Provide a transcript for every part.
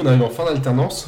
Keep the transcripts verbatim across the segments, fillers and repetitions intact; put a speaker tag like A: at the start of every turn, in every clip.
A: on arrive en fin d'alternance.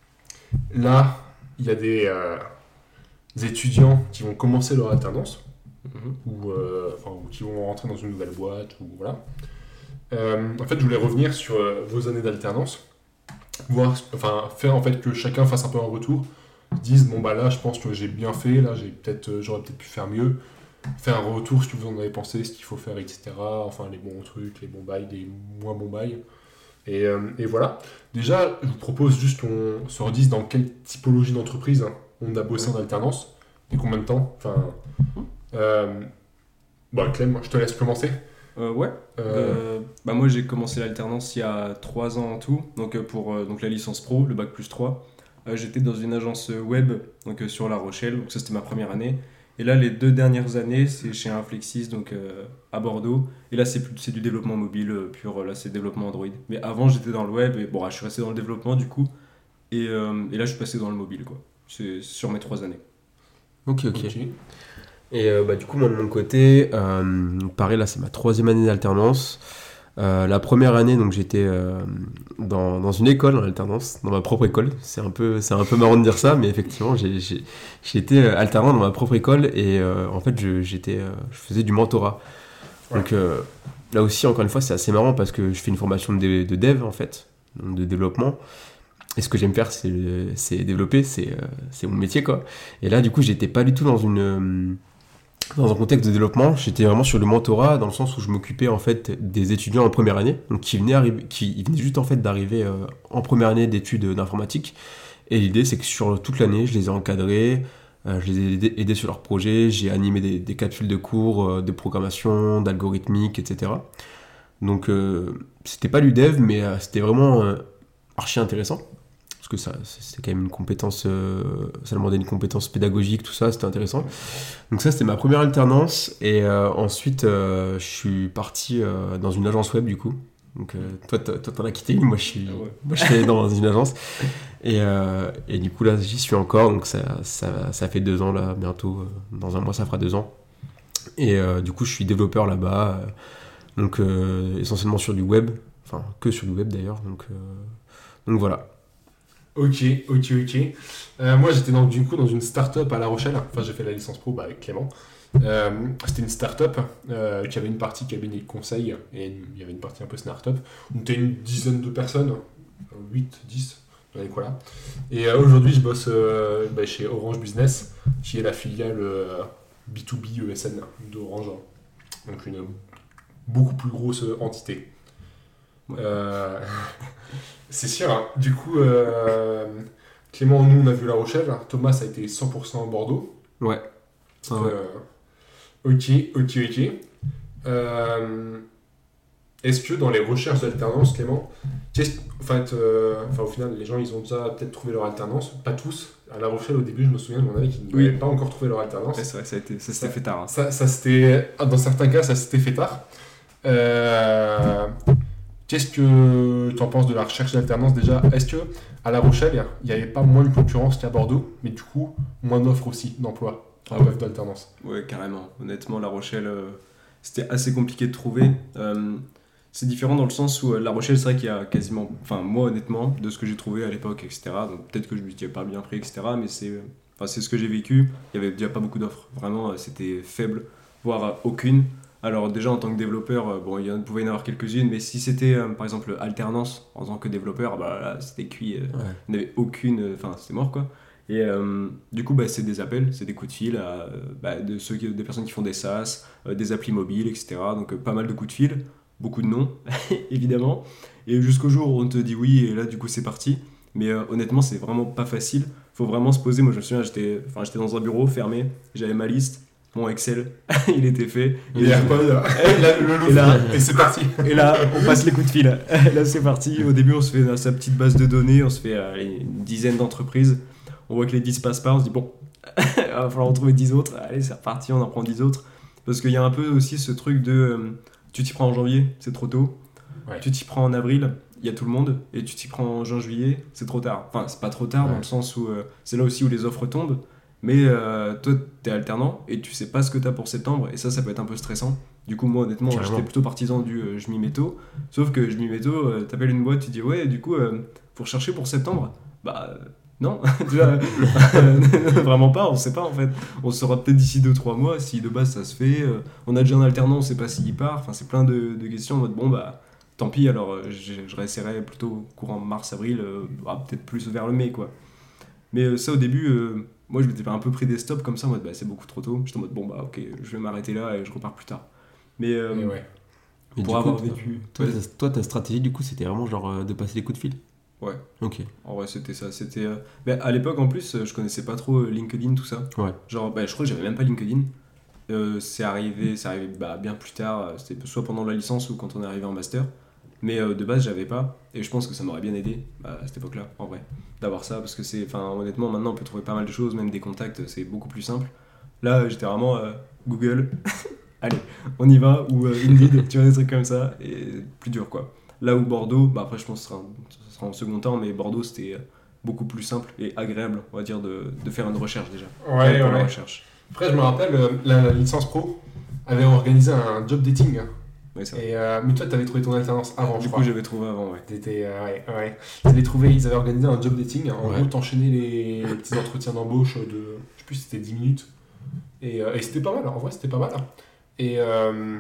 A: Là, il y a des, euh, des étudiants qui vont commencer leur alternance,
B: Mhm.
A: ou, euh, enfin, ou qui vont rentrer dans une nouvelle boîte, ou voilà. Euh, en fait, je voulais revenir sur euh, vos années d'alternance, voir, enfin, faire en fait que chacun fasse un peu un retour, dise bon bah là, je pense que j'ai bien fait, là, j'ai peut-être, euh, j'aurais peut-être pu faire mieux, faire un retour, ce que vous en avez pensé, ce qu'il faut faire, et cetera. Enfin, les bons trucs, les bons bails, les moins bons bails. Et, euh, et voilà. Déjà, je vous propose juste qu'on se redise dans quelle typologie d'entreprise hein, on a bossé en alternance et combien de temps. Enfin, euh, bon, Clem, je te laisse commencer.
B: Euh, ouais.
A: Euh,
B: Euh, bah moi j'ai commencé l'alternance il y a trois ans en tout, donc euh, pour euh, donc la licence pro, le bac plus trois. Euh, j'étais dans une agence euh, web donc euh, sur La Rochelle, donc ça c'était ma première année. Et là les deux dernières années c'est chez Inflexis donc euh, à Bordeaux. Et là c'est plus c'est du développement mobile euh, pur, là c'est développement Android. Mais avant j'étais dans le web et bon ah, je suis resté dans le développement du coup. Et, euh, et là je suis passé dans le mobile quoi. C'est sur mes trois années.
C: Ok, ok.
A: ok.
C: Et euh, bah, du coup, moi de mon côté, euh, pareil, là c'est ma troisième année d'alternance. Euh, la première année, donc j'étais euh, dans, dans une école en alternance, dans ma propre école. C'est un peu, c'est un peu marrant de dire ça, mais effectivement, j'ai, j'ai, j'ai été euh, alternant dans ma propre école et euh, en fait, je, j'étais, euh, je faisais du mentorat.
A: Ouais.
C: Donc euh, là aussi, encore une fois, c'est assez marrant parce que je fais une formation de, de dev en fait, donc de développement. Et ce que j'aime faire, c'est, c'est développer, c'est, euh, c'est mon métier quoi. Et là, du coup, j'étais pas du tout dans une euh, dans un contexte de développement, j'étais vraiment sur le mentorat dans le sens où je m'occupais en fait des étudiants en première année, donc qui venaient, arriver, qui ils venaient juste en fait d'arriver euh, en première année d'études d'informatique. Et l'idée c'est que sur toute l'année, je les ai encadrés, euh, je les ai aidés, aidés sur leurs projets, j'ai animé des, des capsules de cours, euh, de programmation, d'algorithmique, et cetera. Donc euh, c'était pas du dev, mais euh, c'était vraiment euh, archi intéressant. Parce que ça, c'était quand même une compétence, euh, ça demandait une compétence pédagogique, tout ça, c'était intéressant. Donc ça, c'était ma première alternance. Et euh, ensuite, euh, je suis parti euh, dans une agence web, du coup. Donc euh, toi, t'as- toi, t'en as quitté une, moi, je suis,
B: Ah ouais.
C: moi, je suis allé dans une agence. Et, euh, et du coup, là, j'y suis encore. Donc ça, ça, ça fait deux ans, là, bientôt. euh, Dans un mois, ça fera deux ans. Et euh, du coup, je suis développeur là-bas. euh, donc euh, essentiellement sur du web. Enfin, que sur du web, d'ailleurs. Donc, euh, donc voilà.
A: Ok, ok, ok. Euh, moi, j'étais dans, du coup dans une start-up à La Rochelle. Enfin, j'ai fait la licence pro bah, avec Clément. Euh, c'était une start-up euh, qui avait une partie cabinet de conseil et une- il y avait une partie un peu start-up. On était une dizaine de personnes, huit, dix, dans les quoi là. Et euh, aujourd'hui, je bosse euh, bah, chez Orange Business, qui est la filiale euh, B deux B E S N d'Orange. Donc une beaucoup plus grosse entité.
B: Ouais.
A: Euh, c'est sûr. Hein. Du coup, euh, Clément, nous, on a vu La Rochelle. Thomas a été cent pour cent Bordeaux.
C: Ouais. Ah ouais.
A: Euh, ok, ok, ok. Euh, est-ce que dans les recherches d'alternance, Clément, qu'est-ce- en fait, euh, enfin, au final, les gens, ils ont déjà peut-être trouvé leur alternance. Pas tous. À La Rochelle, au début, je me souviens de mon année qui
B: Oui.
A: n'avaient pas encore trouvé leur alternance.
B: Ouais, c'est vrai que ça, a été, ça s'était
A: Ça-
B: fait tard. hein.
A: Ça, ça c'était, dans certains cas, ça s'était fait tard. Euh, Qu'est-ce que tu en penses de la recherche d'alternance déjà? Est-ce que à La Rochelle, il n'y avait pas moins de concurrence qu'à Bordeaux, mais du coup, moins d'offres aussi d'emploi en
B: Ah ouais.
A: offre d'alternance?
B: Ouais, carrément. Honnêtement, La Rochelle, euh, c'était assez compliqué de trouver. Euh, c'est différent dans le sens où euh, La Rochelle, c'est vrai qu'il y a quasiment. Enfin, moi, honnêtement, de ce que j'ai trouvé à l'époque, et cetera. Donc peut-être que je ne m'y pas bien pris, et cetera. Mais c'est, euh, enfin, c'est ce que j'ai vécu. Il n'y avait déjà pas beaucoup d'offres. Vraiment, euh, c'était faible, voire euh, aucune. Alors, déjà, en tant que développeur, euh, bon, il y en pouvait y en avoir quelques-unes. Mais si c'était, euh, par exemple, alternance en tant que développeur, bah là, c'était cuit. euh,
C: Ouais.
B: Il n'y avait aucune. Enfin, c'était mort, quoi. Et euh, du coup, bah, c'est des appels, c'est des coups de fil à, euh, bah, de ceux qui- des personnes qui font des SaaS, euh, des applis mobiles, et cetera. Donc euh, pas mal de coups de fil, beaucoup de noms, évidemment. Et jusqu'au jour où on te dit oui, et là du coup c'est parti. Mais euh, honnêtement, c'est vraiment pas facile. Faut vraiment se poser. Moi, je me souviens, j'étais, enfin, j'étais dans un bureau fermé, j'avais ma liste, mon Excel, il était fait.
A: Il y a pas de...
B: Et là,
A: le
B: et là-
A: et c'est parti.
B: et là, on passe les coups de fil. Là, c'est parti. Au début, on se fait euh, sa petite base de données, on se fait euh, allez, une dizaine d'entreprises. On voit que les dix passent pas, on se dit bon, il va falloir en trouver dix autres. Allez, c'est reparti, on en prend dix autres. Parce qu'il y a un peu aussi ce truc de euh, tu t'y prends en janvier, c'est trop tôt.
A: Ouais.
B: Tu t'y prends en avril, il y a tout le monde. Et tu t'y prends en juin-juillet, c'est trop tard. Enfin, c'est pas trop tard
A: Ouais.
B: dans le sens où euh, c'est là aussi où les offres tombent. Mais euh, toi, t'es alternant et tu sais pas ce que t'as pour septembre. Et ça, ça peut être un peu stressant. Du coup, moi, honnêtement,
C: Carrément.
B: j'étais plutôt partisan du euh, je m'y mets tôt. Sauf que je m'y mets tôt, euh, t'appelles une boîte, tu dis ouais, du coup, euh, faut rechercher pour septembre. Bah euh, non, tu vois, vraiment pas, on sait pas en fait. On saura peut-être d'ici deux trois mois si de base ça se fait. Euh, on a déjà un alternant, on sait pas s'il part. Enfin, c'est plein de, de questions en mode bon bah tant pis, alors euh, je, je réessayerai plutôt courant mars-avril, euh, ah, peut-être plus vers le mai quoi. Mais euh, ça au début, euh, moi je m'étais un peu pris des stops comme ça en mode bah c'est beaucoup trop tôt. J'étais en mode bon bah ok, je vais m'arrêter là et je repars plus tard. Mais euh,
A: Et ouais.
C: Mais
B: pour
C: du coup,
B: avoir
C: toi-
B: vécu.
C: Toi,
B: Ouais.
C: ta, toi, ta stratégie, du coup, c'était vraiment genre euh, de passer des coups de fil.
B: Ouais.
C: Ok.
B: En vrai, c'était ça. C'était. euh, Mais à l'époque, en plus, euh, je connaissais pas trop euh, LinkedIn, tout ça.
C: Ouais.
B: Genre, bah, je crois que j'avais même pas LinkedIn. Euh, c'est arrivé, c'est arrivé bah, bien plus tard. euh, C'était soit pendant la licence ou quand on est arrivé en master. Mais euh, de base, j'avais pas. Et je pense que ça m'aurait bien aidé bah, à cette époque-là, en vrai, d'avoir ça. Parce que c'est. Enfin, honnêtement, maintenant, on peut trouver pas mal de choses, même des contacts, c'est beaucoup plus simple. Là, j'étais vraiment euh, Google. Allez, on y va. Ou euh, Indeed, tu vois, des trucs comme ça. Et plus dur, quoi. Là où Bordeaux, bah après, je pense que ce sera, un- ce sera en second temps, mais Bordeaux, c'était. euh, beaucoup plus simple et agréable, on va dire, de, de faire une recherche déjà.
A: Ouais,
B: Rien que pour la
A: ouais.
B: recherche.
A: Après, je me rappelle, euh, la, la licence pro avait organisé un job dating.
B: Ouais, ça.
A: Et, euh, mais toi, t'avais trouvé ton alternance avant, je
B: Du
A: crois.
B: coup, j'avais trouvé avant, ouais.
A: T'étais, euh, ouais, ouais. T'avais trouvé, ils avaient organisé un job dating. En
C: Ouais.
A: gros, t'enchaînais les, les petits entretiens d'embauche de, je sais plus si c'était dix minutes. Et, euh, et c'était pas mal, en vrai, c'était pas mal. Et, euh,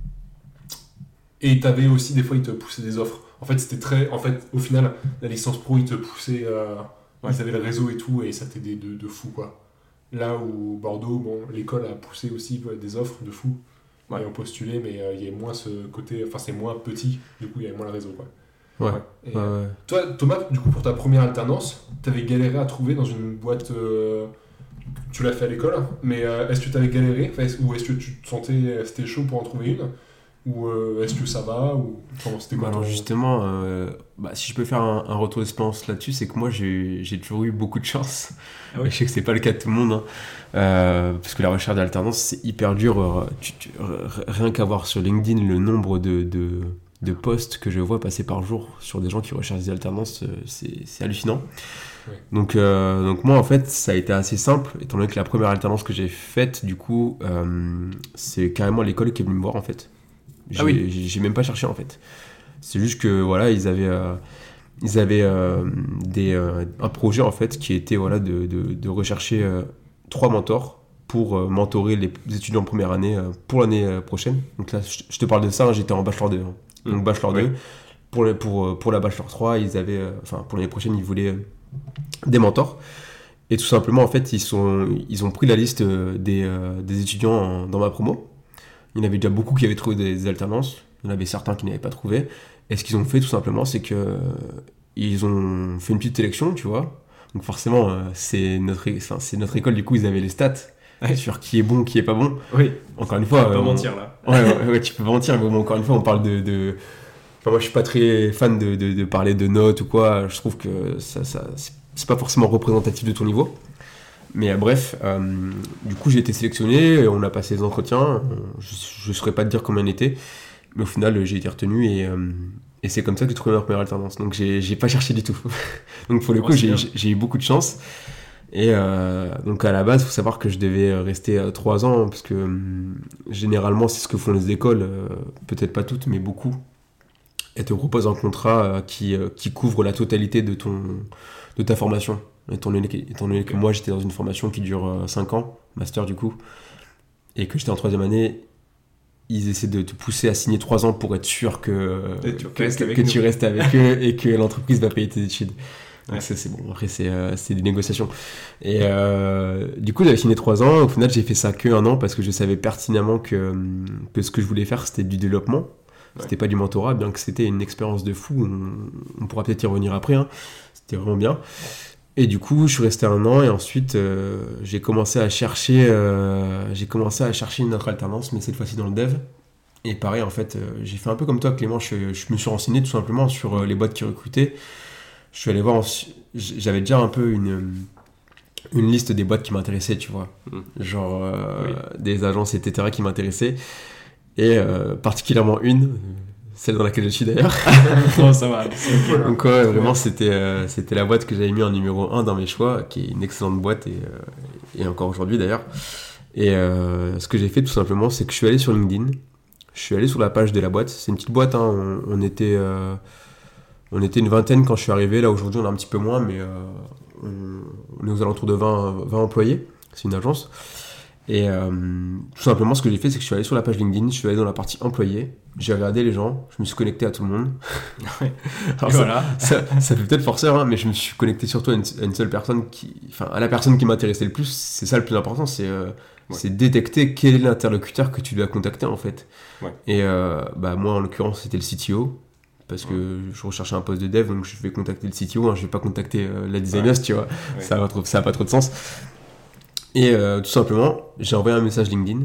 A: et t'avais aussi, des fois, ils te poussaient des offres. En fait, c'était très. En fait, au final, la licence pro, ils te poussaient. Euh,
B: Ouais.
A: Ils avaient le réseau et tout, et ça t'aidait de, de fou, quoi. Là où Bordeaux, bon, l'école a poussé aussi euh, des offres de fou.
B: Ouais.
A: Et on postulait, mais euh, il y avait moins ce côté. Enfin, c'est moins petit, du coup, il y avait moins le réseau, quoi.
C: Ouais.
A: Et,
C: Ouais,
A: euh,
C: ouais.
A: Toi, Thomas, du coup, pour ta première alternance, t'avais galéré à trouver dans une boîte. euh, Tu l'as fait à l'école, mais euh, est-ce que t'avais galéré? Enfin, est-ce- Ou est-ce que tu te sentais. euh, C'était chaud pour en trouver une? Ou euh, est-ce que ça va? Ou comment c'était
C: Bah
A: quoi
C: alors
A: ton-
C: justement, euh, bah, si je peux faire un, un retour d'expérience là-dessus, c'est que moi j'ai j'ai toujours eu beaucoup de chance.
B: Ah oui.
C: Et je sais que c'est pas le cas de tout le monde, hein. Euh, parce que la recherche d'alternance c'est hyper dur. euh, tu- tu- r- rien qu'à voir sur LinkedIn le nombre de, de, de posts que je vois passer par jour sur des gens qui recherchent des alternances, euh, c'est c'est hallucinant.
A: Ouais.
C: Donc, euh, donc moi en fait ça a été assez simple, étant donné que la première alternance que j'ai faite, du coup, euh, c'est carrément l'école qui est venue me voir en fait. J'ai
B: Ah oui.
C: j'ai- j'ai même pas cherché en fait. C'est juste que voilà, ils avaient, euh, ils avaient euh, des, euh, un projet en fait qui était voilà, de, de, de rechercher euh, trois mentors pour euh, mentorer les étudiants de première année euh, pour l'année euh, prochaine. Donc là, je je te parle de ça, hein, j'étais en bachelor deux. hein. Donc
B: Mmh.
C: bachelor
B: Ouais.
C: deux. Pour, le- pour, euh, pour la bachelor trois, ils avaient, euh, enfin pour l'année prochaine, ils voulaient euh, des mentors. Et tout simplement, en fait, ils, sont, ils ont pris la liste euh, des, euh, des étudiants en- dans ma promo. Il y en avait déjà beaucoup qui avaient trouvé des alternances. Il y en avait certains qui n'avaient pas trouvé. Et ce qu'ils ont fait, tout simplement, c'est que euh, ils ont fait une petite sélection, tu vois. Donc forcément, euh, c'est notre, é- enfin, c'est notre école, du coup, ils avaient les stats
B: Ouais.
C: sur qui est bon, qui est pas bon.
B: Oui,
C: Encore une
B: faut
C: fois...
B: pas
C: euh, on-
B: mentir là.
C: Ouais, ouais, ouais, tu peux mentir, mais bon, encore une fois, on parle de... de... Enfin, moi, je suis pas très fan de, de, de parler de notes ou quoi. Je trouve que ça, ça, c'est- c'est pas forcément représentatif de ton niveau. Mais euh, bref, euh, du coup, j'ai été sélectionné, on a passé les entretiens. euh, Je ne saurais pas te dire combien il était, mais au final, j'ai été retenu et, euh, et c'est comme ça que j'ai trouvé ma première alternance. Donc, j'ai j'ai pas cherché du tout. Donc, pour le
B: Oh,
C: coup,
B: c'est
C: j'ai
B: bien.
C: j'ai eu beaucoup de chance. Et euh, donc, à la base, il faut savoir que je devais rester euh, trois ans, parce que hum, généralement, c'est ce que font les écoles, euh, peut-être pas toutes, mais beaucoup. Elles te proposent un contrat euh, qui, euh, qui couvre la totalité de, ton, de ta formation. Étant donné, que- étant donné que
B: Ok.
C: moi j'étais dans une formation qui dure cinq ans, master du coup, et que j'étais en troisième année, ils essaient de te pousser à signer trois ans pour être sûr que,
B: Et tu
C: que,
B: restes
C: que-
B: avec
C: que
B: nous.
C: tu restes avec eux et que l'entreprise va payer tes études. Donc
B: Ouais.
C: ça c'est bon, après c'est euh, c'est des négociations. Et euh, du coup j'avais signé trois ans, au final j'ai fait ça que un an parce que je savais pertinemment que, hum, que ce que je voulais faire c'était du développement.
B: Ouais.
C: C'était pas du mentorat, bien que c'était une expérience de fou, on, on pourra peut-être y revenir après, hein. C'était vraiment bien. Et du coup, je suis resté un an et ensuite euh, j'ai commencé à chercher, euh, j'ai commencé à chercher une autre alternance, mais cette fois-ci dans le dev. Et pareil, en fait, euh, j'ai fait un peu comme toi, Clément. Je, je me suis renseigné tout simplement sur euh, les boîtes qui recrutaient. Je suis allé voir, en- j'avais déjà un peu une une liste des boîtes qui m'intéressaient, tu vois,
B: Mm.
C: genre euh,
B: Oui.
C: des agences, et cetera qui m'intéressaient. Et euh, particulièrement une, euh, celle dans laquelle je suis d'ailleurs.
B: Non, ça va. c'est cool.
C: Donc ouais, vraiment c'était euh, c'était la boîte que j'avais mis en numéro un dans mes choix, qui est une excellente boîte et, euh, et encore aujourd'hui d'ailleurs. Et euh, ce que j'ai fait tout simplement, c'est que je suis allé sur LinkedIn, je suis allé sur la page de la boîte. C'est une petite boîte, hein, on, on était, euh, On était une vingtaine quand je suis arrivé. Là, aujourd'hui, on est un petit peu moins, mais euh, on, on est aux alentours de vingt, vingt employés. C'est une agence. Et euh, tout simplement, ce que j'ai fait, c'est que je suis allé sur la page LinkedIn, je suis allé dans la partie employés, j'ai regardé les gens, je me suis connecté à tout le monde. Alors ça,
B: voilà.
C: ça, ça fait peut-être forceur, hein, mais je me suis connecté surtout à une, à une seule personne, qui, enfin à la personne qui m'intéressait le plus. C'est ça le plus important, c'est, euh, ouais. c'est détecter quel est l'interlocuteur que tu dois contacter en fait.
B: Ouais.
C: Et euh, bah, moi, en l'occurrence, c'était le C T O. Parce que ouais. je recherchais un poste de dev, donc je vais contacter le C T O, hein, je vais pas contacter euh, la designer, ouais. tu vois. Ouais. Ça, va trop, ça a pas trop de sens. Et euh, tout simplement, j'ai envoyé un message LinkedIn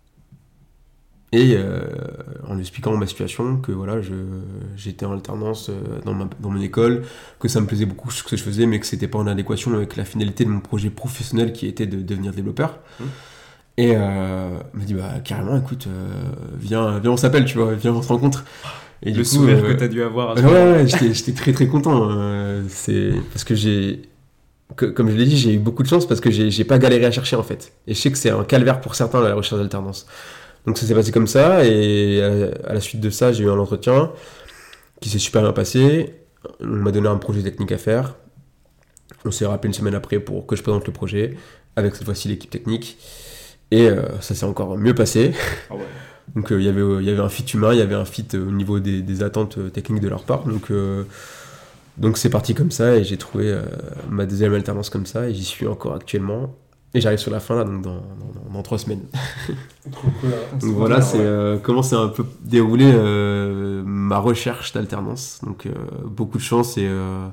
C: et euh, en lui expliquant ma situation, que voilà, je, j'étais en alternance dans, ma, dans mon école, que ça me plaisait beaucoup ce que je faisais, mais que c'était pas en adéquation avec la finalité de mon projet professionnel qui était de devenir développeur. Mmh. Et euh, il m'a dit, bah carrément, écoute, euh, viens, viens, on s'appelle, tu vois, viens, on se rencontre.
B: Et le sourire euh, que t'as dû avoir à ce
C: ouais, moment. Ouais, j'étais, j'étais très très content. Euh, c'est parce que j'ai. Que, comme je l'ai dit, j'ai eu beaucoup de chance parce que j'ai, j'ai pas galéré à chercher en fait. Et je sais que c'est un calvaire pour certains la recherche d'alternance. Donc ça s'est passé comme ça, et à, à la suite de ça, j'ai eu un entretien qui s'est super bien passé. On m'a donné un projet technique à faire. On s'est rappelé une semaine après pour que je présente le projet, avec cette fois-ci l'équipe technique. Et euh, ça s'est encore mieux passé.
B: Ah ouais.
C: Donc il euh, y avait, euh, y avait un fit humain, il y avait un fit euh, au niveau des, des attentes euh, techniques de leur part. Donc... Euh, Donc c'est parti comme ça, et j'ai trouvé euh, ma deuxième alternance comme ça, et j'y suis encore actuellement. Et j'arrive sur la fin là, donc dans, dans, dans trois semaines.
A: Trop cool. Hein.
C: Donc voilà, c'est euh, comment c'est un peu déroulé euh, ma recherche d'alternance. Donc euh, beaucoup de chance et, euh,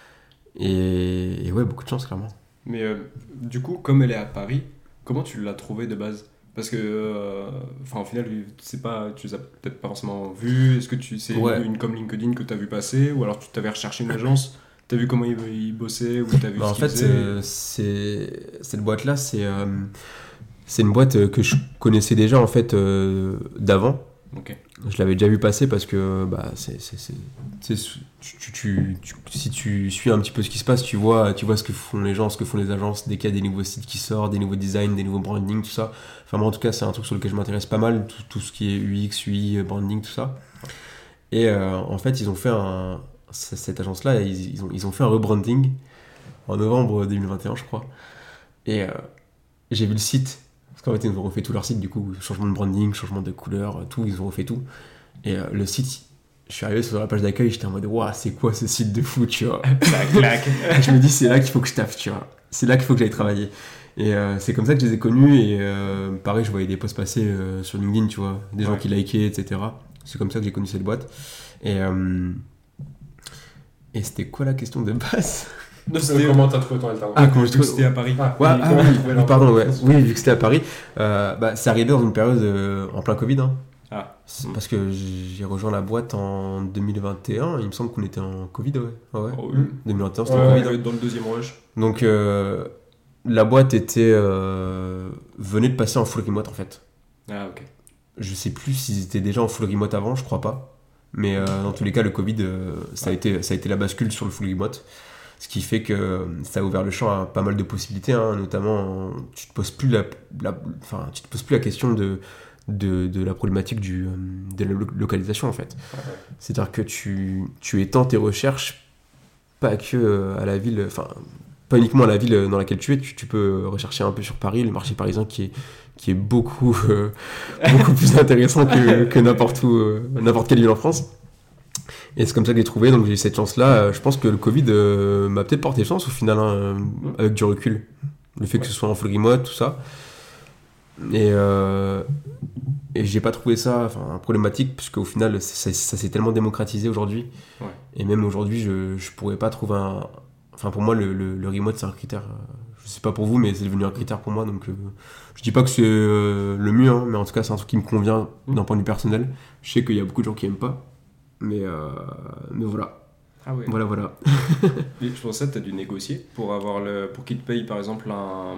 C: et, et ouais, beaucoup de chance clairement.
B: Mais euh, du coup, comme elle est à Paris, comment tu l'as trouvée de base ? Parce que, enfin, euh, au final, c'est pas, tu les as peut-être pas forcément vus. Est-ce que tu c'est ouais. une comme LinkedIn que tu as vu passer, ou alors tu t'avais recherché une agence, tu as vu comment ils, ils bossaient, ou tu as vu
C: bah
B: ce
C: en
B: qu'ils
C: fait,
B: faisaient
C: euh, c'est cette boîte-là, c'est euh, c'est une boîte que je connaissais déjà en fait euh, d'avant.
B: Okay.
C: Je l'avais déjà vu passer parce que bah c'est c'est c'est, c'est tu, tu, tu, tu si tu suis un petit peu ce qui se passe, tu vois tu vois ce que font les gens, ce que font les agences dès qu'il y a des nouveaux sites qui sortent, des nouveaux designs, des nouveaux branding, tout ça. Enfin moi en tout cas c'est un truc sur lequel je m'intéresse pas mal, tout, tout ce qui est U X, U I, branding, tout ça. Et euh, en fait ils ont fait un cette agence là ils, ils ont ils ont fait un rebranding en novembre deux mille vingt et un je crois. Et euh, j'ai vu le site. Parce qu'en fait, ils ont refait tout leur site, du coup, changement de branding, changement de couleur, tout, ils ont refait tout. Et euh, le site, je suis arrivé sur la page d'accueil, j'étais en mode, waouh, c'est quoi ce site de fou, tu vois.
B: Ça claque.
C: Je me dis, c'est là qu'il faut que je taffe, tu vois. C'est là qu'il faut que j'aille travailler. Et euh, c'est comme ça que je les ai connus, et euh, pareil, je voyais des posts passer euh, sur LinkedIn, tu vois, des ouais. gens qui likaient, et cetera. C'est comme ça que j'ai connu cette boîte. Et, euh, et c'était quoi la question de base ?
A: Non, c'était comment t'as trouvé ton alternance ?
C: Ah, comment je
B: trouvé c'était à Paris.
C: Ah, ouais, ah, oui, oui, oui, pardon, ouais. Oui, vu que c'était à Paris, euh, bah, c'est arrivé dans une période euh, en plein Covid. Hein.
B: Ah.
C: C'est parce que j'ai rejoint la boîte en deux mille vingt et un, il me semble qu'on était en Covid, ouais. Ah ouais.
B: Oh, oui.
C: deux mille vingt et un, c'était
B: ouais,
C: en Covid.
B: Ouais, dans le deuxième rush.
C: Donc, euh, la boîte était euh, venait de passer en full remote en fait.
B: Ah, ok.
C: Je sais plus s'ils étaient déjà en full remote avant, je crois pas. Mais euh, dans tous les cas, le Covid, euh, ça, ouais. a été, ça a été la bascule sur le full remote. Ce qui fait que ça a ouvert le champ à pas mal de possibilités, hein, notamment tu te poses plus la, la, enfin, tu te poses plus la question de, de, de la problématique du, de la localisation en fait.
A: Ouais.
C: C'est-à-dire que tu, tu étends tes recherches pas que à la ville, enfin pas uniquement à la ville dans laquelle tu es, tu, tu peux rechercher un peu sur Paris, le marché parisien qui est, qui est beaucoup, euh, beaucoup plus intéressant que, que n'importe où, euh, n'importe quelle ville en France. Et c'est comme ça que j'ai trouvé, donc j'ai eu cette chance-là. Je pense que le Covid euh, m'a peut-être porté chance au final, hein, avec du recul. Le fait que ce soit en full remote, tout ça. Et, euh, et j'ai pas trouvé ça enfin, problématique, puisque au final, ça, ça s'est tellement démocratisé aujourd'hui.
B: Ouais.
C: Et même aujourd'hui, je, je pourrais pas trouver un. Enfin, pour moi, le, le, le remote, c'est un critère. Je sais pas pour vous, mais c'est devenu un critère pour moi. Donc, euh, je dis pas que c'est euh, le mieux, hein, mais en tout cas, c'est un truc qui me convient d'un point de vue personnel. Je sais qu'il y a beaucoup de gens qui aiment pas. Mais, euh, mais voilà.
B: Ah ouais.
C: Voilà, voilà.
B: Et je pensais que tu as dû négocier pour, avoir le, pour qu'ils te payent par exemple un,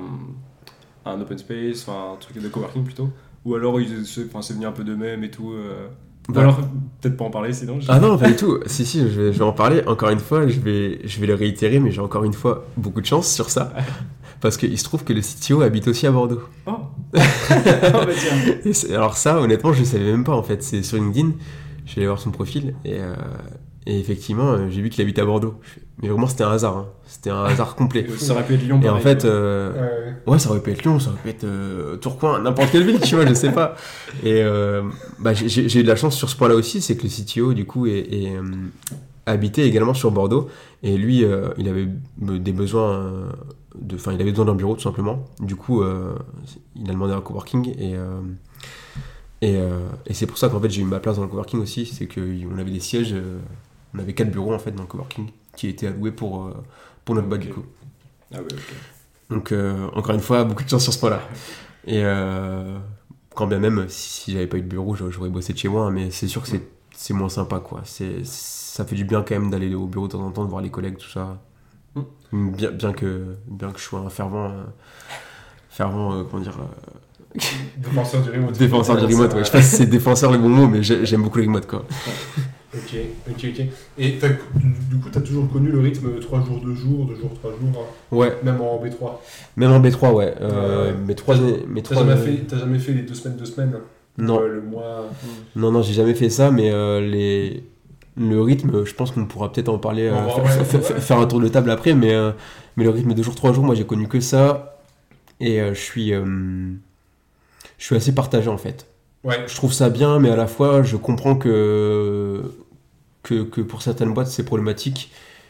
B: un open space, enfin un truc de coworking plutôt. Ou alors ils, c'est, c'est venu un peu d'eux-mêmes et tout. Euh... Bah. Ou alors peut-être pas en parler sinon.
C: Ah non, pas du tout. Si, si, je vais, je vais en parler. Encore une fois, je vais, je vais le réitérer, mais j'ai encore une fois beaucoup de chance sur ça. Parce qu'il se trouve que le C T O habite aussi à Bordeaux.
B: Oh, oh bah tiens.
C: Et alors ça, honnêtement, je ne savais même pas en fait. C'est sur LinkedIn. Je suis allé voir son profil et, euh, Et effectivement, euh, j'ai vu qu'il habitait à Bordeaux. Je fais, mais vraiment, c'était un hasard. Hein. C'était un hasard complet.
B: Ça aurait pu être Lyon.
C: Et
B: pareil,
C: en fait,
B: quoi.
C: euh,
A: Ouais.
C: ouais, ça aurait pu être Lyon, ça aurait pu être euh, Tourcoing, n'importe quelle ville, tu vois, je sais pas. Et euh, bah, j'ai, j'ai eu de la chance sur ce point-là aussi, c'est que le C T O, du coup, est, est, euh, habitait également sur Bordeaux. Et lui, euh, il avait be- des besoins, euh, de, enfin, il avait besoin d'un bureau, tout simplement. Du coup, euh, il a demandé un coworking. Et, euh, et, euh, et c'est pour ça qu'en fait, j'ai eu ma place dans le coworking aussi. C'est qu'on avait des sièges, euh, on avait quatre bureaux, en fait, dans le coworking, qui étaient alloués pour, euh, pour notre boîte,
B: Ok.
C: du coup.
B: Ah ouais, ok.
C: Donc, euh, encore une fois, beaucoup de chance sur ce point-là. Et euh, quand bien même, si, si j'avais pas eu de bureau, j'aurais, j'aurais bossé de chez moi, hein, mais c'est sûr que c'est, c'est moins sympa, quoi. C'est, ça fait du bien quand même d'aller au bureau de temps en temps, de voir les collègues, tout ça. Bien, bien, que, bien que je sois un fervent, euh, fervent euh, comment dire, euh,
A: Défenseur du remote.
C: défenseur du remote. Ouais. Je sais pas si c'est défenseur le bon mot, mais j'ai- j'aime beaucoup le remote, quoi.
A: Ok, ok, ok. Et t'as- du coup, t'as toujours connu le rythme trois jours, deux jours, deux jours, trois jours, hein,
C: Ouais,
A: même en B trois.
C: même en B trois, ouais. Euh,
A: Ouais.
C: mes trois,
A: T'as-
C: mes
A: T'as
C: trois
A: jamais, fait, t'as jamais fait les deux semaines, deux semaines
C: Non.
A: Euh, Le mois.
C: Non, non, j'ai jamais fait ça, mais euh, les... le rythme, je pense qu'on pourra peut-être en parler, euh,
A: Ouais,
C: fa-
A: ouais,
C: fa-
A: ouais.
C: fa- faire un tour de table après, mais, euh, mais le rythme de jour, trois jours, moi j'ai connu que ça, et euh, je suis euh, je suis assez partagé en fait.
A: Ouais.
C: Je trouve ça bien, mais à la fois, je comprends que, que, que pour certaines boîtes, c'est problématique.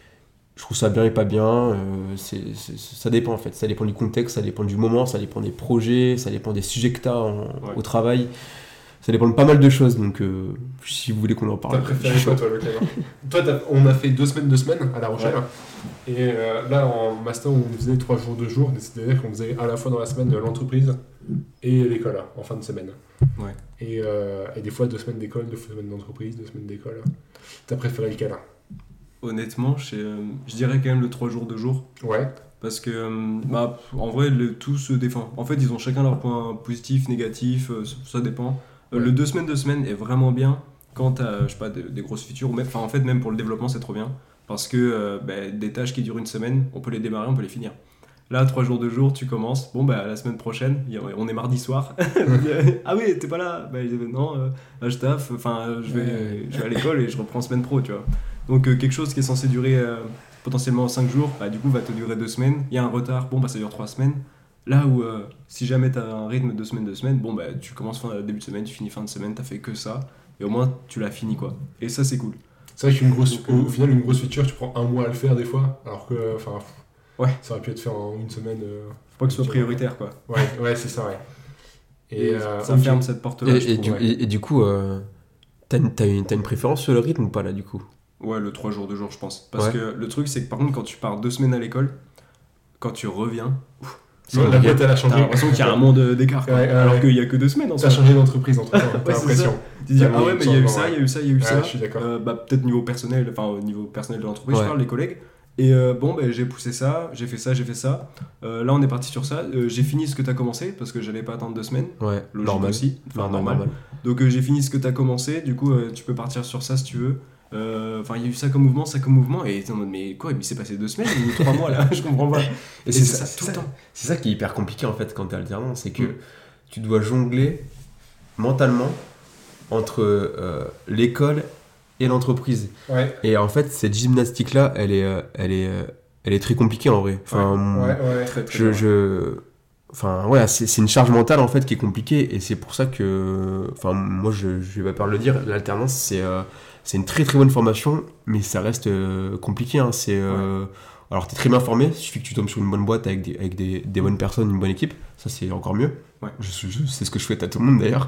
C: Je trouve ça bien et pas bien, euh, c'est, c'est- ça dépend en fait, ça dépend du contexte, ça dépend du moment, ça dépend des projets, ça dépend des sujets que tu as au travail. Ça dépend de pas mal de choses, donc euh, si vous voulez qu'on en parle.
A: T'as préféré
C: je suis
A: quoi,
C: chaud.
A: toi, le Clément Toi, t'as- on a fait deux semaines, deux semaines à La Rochelle.
B: Ouais.
A: Et euh, là, en master, on faisait trois jours, deux jours. C'est-à-dire qu'on faisait à la fois dans la semaine l'entreprise et l'école, en fin de semaine.
B: Ouais.
A: Et, euh, et des fois, deux semaines d'école, deux semaines d'entreprise, deux semaines d'école. T'as préféré lequel?
B: Honnêtement, je, sais, euh, je dirais quand même le trois jours, deux jours.
A: Ouais.
B: Parce que, euh, bah, en vrai, le, tout se défend. En fait, ils ont chacun leurs points positifs, négatifs, euh, ça, ça dépend. Euh,
A: Ouais.
B: Le deux semaines, deux semaines est vraiment bien quand t'as, je sais pas, des, des grosses features. Ou même, enfin, en fait, même pour le développement, c'est trop bien. Parce que euh, bah, des tâches qui durent une semaine, on peut les démarrer, on peut les finir. Là, trois jours, deux jours, tu commences. Bon, bah, la semaine prochaine, y a- on est mardi soir. Ah oui, t'es pas là. Bah, je dis, non, euh, là, je taffe. Enfin, euh, je vais, je vais à l'école et je reprends semaine pro, tu vois. Donc, euh, quelque chose qui est censé durer euh, potentiellement cinq jours, bah, du coup, va te durer deux semaines. Il y a un retard, bon, bah, ça dure trois semaines. Là où, euh, si jamais t'as un rythme de semaine, deux semaines, bon, bah, tu commences fin, début de semaine, tu finis fin de semaine, t'as fait que ça. Et au moins, tu l'as fini, quoi. Et ça, c'est cool.
A: C'est vrai qu'une grosse,
B: Donc,
A: au,
B: euh,
A: au final, une grosse feature, tu prends un mois à le faire des fois. Alors que, enfin,
B: Ouais.
A: ça aurait pu être fait en une semaine. euh,
B: Faut pas que ce soit prioritaire, quoi.
A: Ouais, ouais, c'est ça, ouais. Et,
B: Et
A: euh,
B: ça
A: ok.
B: ferme cette porte-là,
C: Et,
B: je
C: et,
B: trouve,
C: du,
B: ouais.
C: et, et du coup, euh, t'as, une, t'as, une, t'as une préférence sur le rythme ou pas là du coup?
B: Ouais, le trois jours, deux jours, je pense. Parce
C: Ouais.
B: que le truc, c'est que par contre, quand tu pars deux semaines à l'école, quand tu reviens,
A: Tu vois, la boîte, elle a
B: t'as
A: changé.
B: l'impression qu'il y a un monde d'écart, quoi.
A: Ouais, ouais,
B: alors
A: ouais.
B: qu'il y a que deux semaines en
A: Ça a
B: soi.
A: changé d'entreprise entre temps, t'as
B: Ouais, c'est
A: l'impression.
B: Tu dis,
A: Ça,
B: ah
A: oui,
B: ouais, mais il y a eu
A: changement,
B: ça,
A: ouais.
B: il y a eu ça, il y a eu
A: Ouais,
B: ça.
A: je suis d'accord.
B: Euh, bah, peut-être niveau personnel, enfin au niveau personnel de l'entreprise,
C: Ouais.
B: je parle, les collègues. Et euh, bon, bah, j'ai poussé ça, j'ai fait ça, j'ai fait ça. Euh, là, on est parti sur ça. Euh, j'ai fini ce que t'as commencé parce que j'allais pas attendre deux semaines.
C: Ouais,
B: Logique
C: normal.
B: aussi. Enfin,
C: Normal,
B: normal.
C: normal.
B: Donc euh, j'ai fini ce que t'as commencé. Du coup, euh, tu peux partir sur ça si tu veux. Euh, Enfin, il y a eu ça comme mouvement, ça comme mouvement. Et t'es en mode, mais quoi, il s'est passé deux semaines ou trois mois là. Je comprends pas.
C: Et,
B: Et
C: c'est,
B: c'est
C: ça,
B: ça
C: c'est
B: tout
C: ça-
B: le temps.
C: c'est ça qui est hyper compliqué en fait quand t'es alternant, c'est que
B: Mm.
C: tu dois jongler mentalement entre euh, l'école et l'entreprise.
A: Ouais,
C: Et en fait, cette gymnastique-là, elle est, euh, elle est, euh, elle est très compliquée en vrai. Enfin,
A: ouais, ouais.
B: Très, très
C: je,
B: bien.
C: je... Enfin, ouais, c'est, c'est une charge mentale en fait qui est compliquée et c'est pour ça que, enfin, moi je, je vais pas peur de le dire, l'alternance c'est, euh, c'est une très très bonne formation, mais ça reste euh, compliqué. Hein, c'est, euh, alors t'es très bien formé, il suffit que tu tombes sur une bonne boîte avec des, avec des, des bonnes personnes, une bonne équipe, ça c'est encore mieux.
B: Ouais.
C: Je, je sais ce que je souhaite à tout le monde d'ailleurs.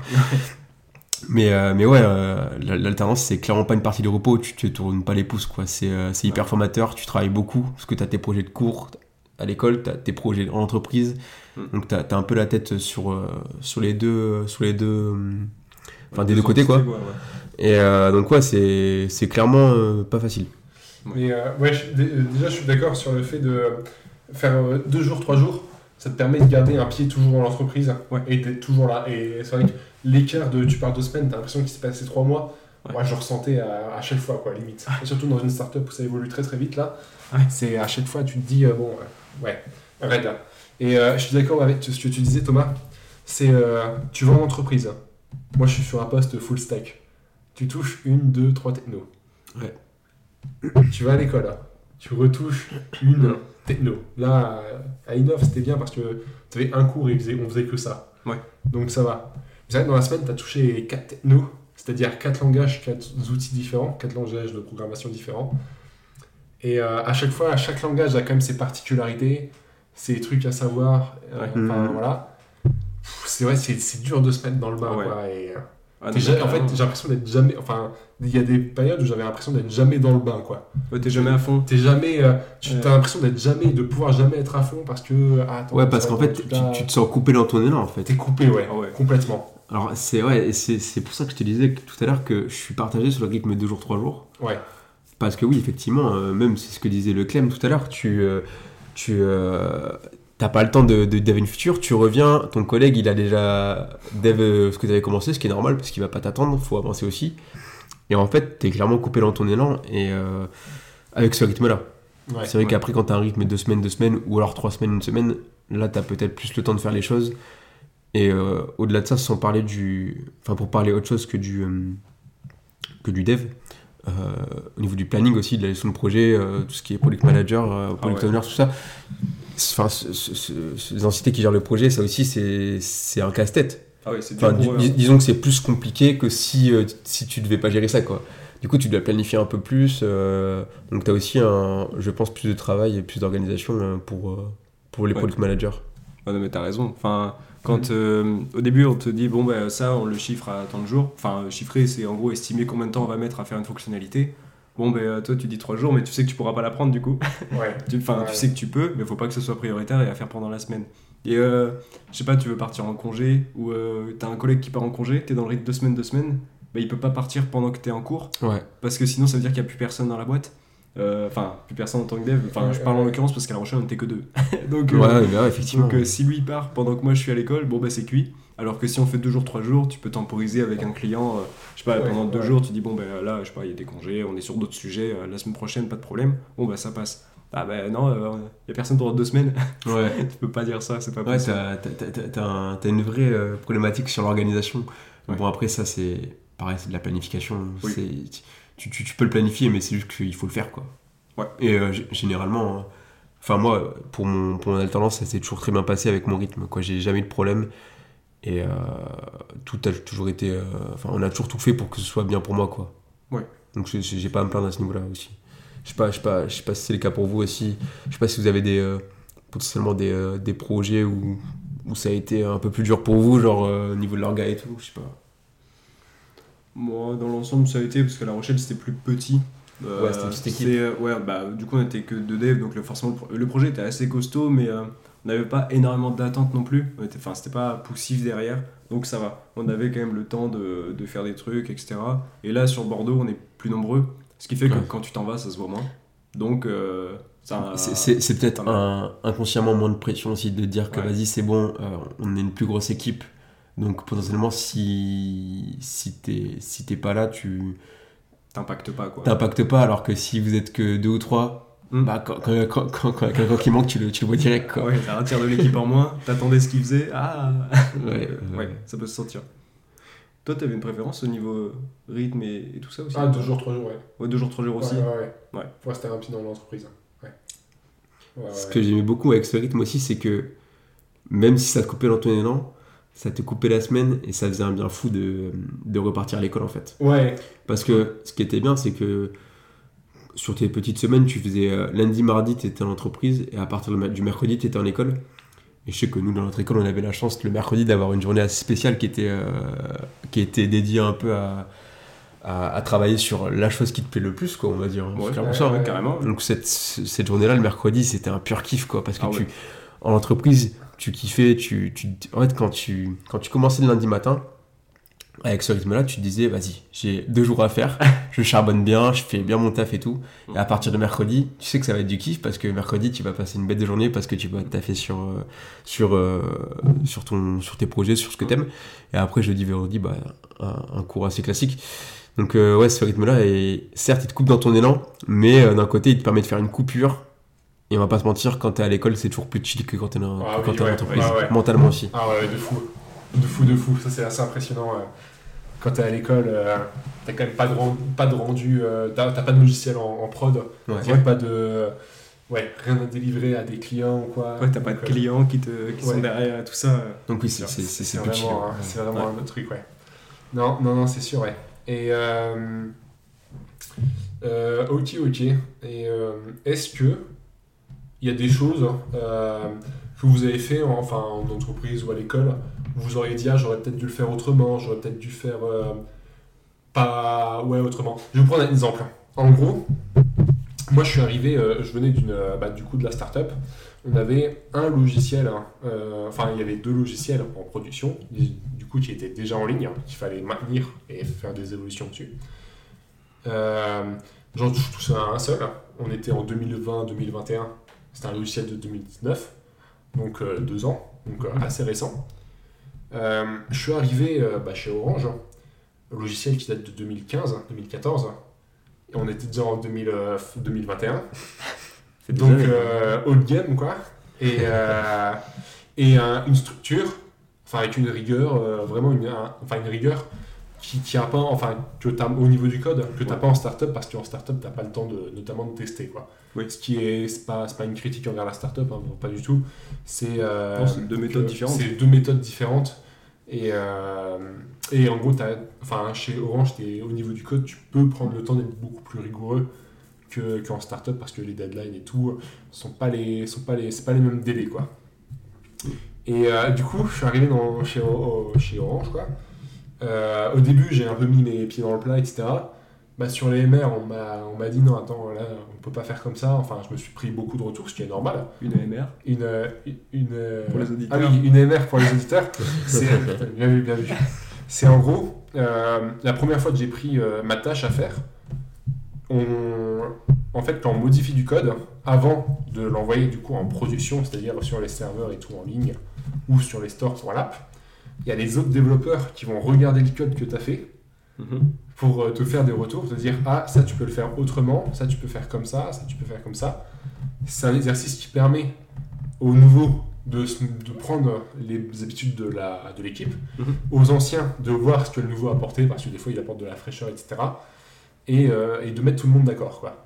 C: Mais, euh, mais ouais, euh, l'alternance c'est clairement pas une partie de repos, tu te tournes pas les pouces quoi. C'est, euh, c'est hyper
B: Ouais.
C: formateur, tu travailles beaucoup parce que t'as tes projets de cours à l'école, t'as tes projets en entreprise,
B: Mm.
C: donc t'as, t'as un peu la tête sur, euh, sur les deux, sur les deux, euh, enfin des
B: Deux
C: deux côtés quoi.
B: entités, ouais, ouais.
C: Et euh, donc ouais, c'est, c'est clairement euh, pas facile.
A: Mais euh, ouais, je- dé- euh, déjà, je suis d'accord sur le fait de faire euh, deux jours, trois jours. Ça te permet de garder un pied toujours dans l'entreprise
B: Ouais.
A: et d'être toujours là. Et c'est vrai que l'écart de tu pars deux semaines, t'as l'impression qu'il s'est passé trois mois.
B: Ouais.
A: Moi, je le ressentais à, à chaque fois, quoi, limite. Et surtout dans une startup où ça évolue très très vite, là.
B: Ouais.
A: C'est à chaque fois, tu te dis, euh, bon, euh, ouais, arrête là. Et euh, je suis d'accord avec ce que tu disais, Thomas. C'est, euh, tu vas en entreprise. Moi, je suis sur un poste full stack. Tu touches une, deux, trois technos.
C: Ouais.
A: tu vas à l'école, là, tu retouches une techno. Là, à Innov, c'était bien parce que tu avais un cours et on faisait, on faisait que ça.
B: Ouais.
A: Donc ça va. C'est vrai que dans la semaine, tu as touché quatre technos, c'est-à-dire quatre langages, quatre outils différents, quatre langages de programmation différents. Et euh, à chaque fois, chaque langage a quand même ses particularités, ses trucs à savoir. Euh,
B: Ouais.
A: Enfin,
C: Mhm.
A: voilà. Pff, C'est vrai, c'est, c'est dur de se mettre dans le bain,
B: Ah ouais.
A: quoi. Et, euh,
B: Ah,
A: t'es
B: non,
A: ja-
B: mais
A: en fait,
B: carrément.
A: j'ai l'impression d'être jamais... Enfin, il y a des périodes où j'avais l'impression d'être jamais dans le bain, quoi.
B: Ouais, t'es jamais à fond.
A: T'es jamais... euh, tu
B: Ouais.
A: as l'impression d'être jamais... de pouvoir jamais être à fond parce que... ah, attends,
C: Ouais, parce
A: ça,
C: qu'en fait,
A: tout
C: tu,
A: là,
C: tu te sens coupé dans ton élan, en fait.
A: T'es coupé, ouais,
B: Ah ouais.
A: complètement.
C: Alors, c'est ouais, et c'est, c'est pour ça que je te disais que, tout à l'heure que je suis partagé sur le rythme deux jours, trois jours.
A: Ouais,
C: Parce que oui, effectivement, euh, même c'est ce que disait le Clem tout à l'heure, tu, euh, tu euh, t'as pas le temps de, de dev une future, tu reviens, ton collègue il a déjà dev euh, ce que tu avais commencé, ce qui est normal parce qu'il va pas t'attendre, faut avancer aussi. Et en fait, t'es clairement coupé dans ton élan et euh, avec ce rythme-là.
A: ouais.
C: C'est vrai
B: ouais.
C: qu'après, quand t'as un rythme deux semaines, deux semaines, ou alors trois semaines, une semaine, là t'as peut-être plus le temps de faire les choses. Et euh, au-delà de ça, sans parler du. Enfin, pour parler autre chose que du, euh, que du dev. Euh, au niveau du planning aussi, de la gestion de projet, euh, tout ce qui est product manager, euh, product
B: Ah ouais.
C: owner, tout ça. Enfin, ce- ce- ce- ces entités qui gèrent le projet, ça aussi, c'est, c'est un casse-tête.
B: Ah ouais, c'est dur
C: Enfin,
B: pour eux,
C: dis-
B: hein.
C: disons que c'est plus compliqué que si, euh, si tu devais pas gérer ça, quoi. Du coup, tu dois planifier un peu plus. euh, donc, tu as aussi, un, je pense, plus de travail et plus d'organisation euh, pour, euh, pour les
B: Ouais.
C: product managers.
B: Ah non, mais t'as raison. Enfin, quand euh, au début on te dit bon bah ça on le chiffre à tant de jours. Enfin chiffrer c'est en gros estimer combien de temps on va mettre à faire une fonctionnalité. Bon ben toi tu dis trois jours mais tu sais que tu pourras pas la prendre du coup.
A: Ouais.
B: Tu, enfin,
A: Ouais.
B: tu sais que tu peux mais faut pas que ce soit prioritaire et à faire pendant la semaine. Et euh, je sais pas, tu veux partir en congé ou euh, t'as un collègue qui part en congé, t'es dans le rythme deux semaines deux semaines, bah il peut pas partir pendant que t'es en cours
C: Ouais.
B: parce que sinon ça veut dire qu'il y a plus personne dans la boîte. Euh, Enfin plus personne en tant que dev. Enfin
A: Ouais,
B: je parle
A: ouais.
B: en l'occurrence parce qu'à La Rochelle on était que deux. Donc euh,
C: Ouais, bah ouais, effectivement.
B: donc euh, si lui part pendant que moi je suis à l'école, bon bah c'est cuit. Alors que si on fait deux jours, trois jours, tu peux temporiser avec un client. euh, je sais pas,
A: Ouais,
B: pendant deux
A: ouais.
B: jours, tu dis bon bah là, je sais pas, il y a des congés, on est sur d'autres sujets, euh, la semaine prochaine, pas de problème. Bon bah ça passe. Ah bah non, il y a personne pendant deux semaines.
C: Ouais.
B: Tu peux pas dire ça, c'est pas
C: Ouais,
B: possible.
C: t'as, t'as, t'as, t'as un- t'as une vraie euh, problématique sur l'organisation.
B: Ouais.
C: Bon, après, ça, c'est pareil, c'est de la planification.
B: Oui.
C: C'est, tu, tu, tu peux le planifier, mais c'est juste qu'il faut le faire, quoi.
B: Ouais.
C: Et euh, g- généralement, euh, enfin, moi, pour mon, pour mon alternance, ça s'est toujours très bien passé avec mon rythme, quoi. J'ai jamais eu de problème. Et euh, tout a toujours été. euh, Enfin, on a toujours tout fait pour que ce soit bien pour moi, quoi.
B: Ouais.
C: Donc, j'ai, j'ai pas à me plaindre à ce niveau-là aussi. Je sais pas, je sais pas, je sais pas si c'est le cas pour vous aussi. Je sais pas si vous avez des. euh, potentiellement des, euh, des projets où, où ça a été un peu plus dur pour vous, genre euh, au niveau de l'orga et tout, je sais pas.
B: Moi, dans l'ensemble, ça a été parce qu'à La Rochelle, c'était plus petit. Euh,
C: Ouais, c'était une petite équipe.
B: c'est, euh, ouais, bah, du coup, on était que deux devs, donc le, forcément, le, pro- le projet était assez costaud, mais euh, on n'avait pas énormément d'attentes non plus. On était- Enfin, c'était pas poussif derrière, donc ça va. On avait quand même le temps de, de faire des trucs, et cetera. Et là, sur Bordeaux, on est plus nombreux, ce qui fait que
C: Ouais.
B: quand tu t'en vas, ça se voit moins. Donc, euh, ça.
C: C'est- c'est, c'est peut-être
B: pas mal.
C: un, inconsciemment moins de pression aussi de dire que
B: Ouais.
C: vas-y, c'est bon, euh, on est une plus grosse équipe. Donc potentiellement, si, si, t'es, si t'es pas là, tu
B: T'impacte pas, quoi.
C: t'impactes pas, alors que si vous êtes que deux ou trois,
B: Mm.
C: bah, quand, quand, quand, quand, quand il y a quelqu'un qui manque, tu le, tu le vois direct. Quoi.
B: Ouais, t'as un tiers de l'équipe en moins, t'attendais ce qu'il faisait, ah
C: Ouais,
B: Ouais,
C: ouais.
B: ça peut se sentir. Toi, t'avais une préférence au niveau rythme et, et tout ça aussi
A: Ah, deux jours, trois jours, ouais.
B: Ouais, deux jours, trois jours aussi.
A: Ouais, ouais, ouais.
B: Ouais.
A: Faut rester rapide dans l'entreprise. Ouais. Ouais,
C: Ce
A: ouais.
C: que j'aimais beaucoup avec ce rythme aussi, c'est que même si ça te coupait dans ton élan, ça te coupait la semaine et ça faisait un bien fou de, de repartir à l'école en fait.
A: Ouais,
C: Parce que ce qui était bien, c'est que sur tes petites semaines, tu faisais euh, lundi, mardi, tu étais à l'entreprise et à partir du ma- du mercredi, tu étais en école. Et je sais que nous, dans notre école, on avait la chance le mercredi d'avoir une journée assez spéciale qui était, euh, qui était dédiée un peu à, à, à travailler sur la chose qui te plaît le plus, quoi, on va dire.
B: Ouais,
C: C'est clairement
A: ouais,
C: ça,
A: ouais.
C: hein.
B: Carrément.
C: Donc cette, cette journée-là, le mercredi, c'était un pur kiff, quoi, parce que
B: Ah
C: tu,
B: ouais.
C: en entreprise, tu kiffais, tu, tu, en fait, quand tu, quand tu commençais le lundi matin, avec ce rythme-là, tu te disais, vas-y, j'ai deux jours à faire, je charbonne bien, je fais bien mon taf et tout. Et à partir de mercredi, tu sais que ça va être du kiff parce que mercredi, tu vas passer une bête de journée parce que tu vas taffer sur, euh, sur, euh, sur, ton, sur tes projets, sur ce que t'aimes. Et après, jeudi, vendredi, bah, un, un cours assez classique. Donc, euh, ouais, ce rythme-là, est, certes, il te coupe dans ton élan, mais euh, d'un côté, il te permet de faire une coupure. Et on va pas se mentir, quand t'es à l'école, c'est toujours plus chill que quand t'es dans,
A: Ah
C: que quand
A: oui,
C: t'es en
A: ouais,
C: entreprise,
A: ouais, ouais.
C: mentalement aussi.
A: Ah ouais, de fou. De fou, de fou. Ça, c'est assez impressionnant. ouais. quand t'es à l'école, euh, t'as quand même pas de, rendu, pas de rendu, euh, t'as, t'as pas de logiciel en, en prod,
C: Ouais.
A: c'est-à-dire pas de, ouais, rien à délivrer à des clients ou quoi.
B: Ouais, t'as pas de
A: Donc, euh,
B: clients qui, te, qui
A: ouais.
B: sont derrière tout ça.
C: Donc oui, c'est, c'est, c'est, c'est plus chill.
A: vraiment, hein,
C: Ouais.
A: c'est vraiment
B: Ouais.
A: un autre truc, ouais. Non, non, non, c'est sûr, ouais. Et euh, euh, ok, ok. Et euh, est-ce que il y a des choses euh, que vous avez fait, en, enfin, en entreprise ou à l'école, où vous auriez dit, ah, j'aurais peut-être dû le faire autrement, j'aurais peut-être dû faire euh, pas, ouais, autrement. Je vais vous prendre un exemple. En gros, moi, je suis arrivé, euh, je venais d'une, euh, bah, du coup, de la start-up. On avait un logiciel, hein, euh, enfin, il y avait deux logiciels en production, du coup, qui étaient déjà en ligne, hein, qu'il fallait maintenir et faire des évolutions dessus. Euh, J'en touche tous à un seul. On était en deux mille vingt deux mille vingt et un. C'était un logiciel de deux mille dix-neuf, donc euh, deux ans, donc euh, assez récent. Euh, je suis arrivé euh, bah, chez Orange, un logiciel qui date de deux mille quinze deux mille quatorze, et on était déjà en deux mille, euh, deux mille vingt et un. Donc, euh, haut de game, quoi. Et, euh, et un, une structure, enfin, avec une rigueur, euh, vraiment une, un, enfin, une rigueur qui, qui a pas, enfin, que t'as, au niveau du code, que tu n'as
B: Ouais.
A: pas en startup, parce qu'en startup, tu n'as pas le temps, de, notamment, de tester, quoi.
B: Oui.
A: Ce qui est, c'est pas, c'est pas une critique envers la startup, hein, pas du tout. C'est, euh,
B: Non, c'est deux méthodes
A: que-
B: différentes.
A: C'est deux méthodes différentes. Et, euh, et en gros, t'as, enfin, chez Orange, t'es, au niveau du code, tu peux prendre le temps d'être beaucoup plus rigoureux que, qu'en startup parce que les deadlines et tout sont pas les, sont pas les, c'est pas les mêmes délais, quoi. Et euh, du coup, je suis arrivé dans, chez, au- chez Orange, quoi. Euh, au début, j'ai un peu mis mes pieds dans le plat, et cetera. Bah, sur les M R, on m'a, on m'a dit non, attends, là, on peut pas faire comme ça. Enfin, je me suis pris beaucoup de retours, ce qui est normal.
B: Une A M R.
A: Une, euh, une, euh,
B: Pour les auditeurs.
A: Ah oui, une M R pour les auditeurs. C'est, bien vu, bien vu. C'est en gros, euh, la première fois que j'ai pris euh, ma tâche à faire, on, en fait, quand on modifie du code, avant de l'envoyer du coup en production, c'est-à-dire sur les serveurs et tout en ligne, ou sur les stores sur l'app, il y a les autres développeurs qui vont regarder le code que tu as fait
B: Mhm.
A: pour euh, te faire des retours, te dire ah ça tu peux le faire autrement, ça tu peux faire comme ça, ça tu peux faire comme ça. C'est un exercice qui permet aux nouveaux de, se- de prendre les habitudes de, la, de l'équipe,
B: Mhm.
A: aux anciens de voir ce que le nouveau a apporté, parce que des fois il apporte de la fraîcheur, et cetera. Et, euh, et de mettre tout le monde d'accord, quoi.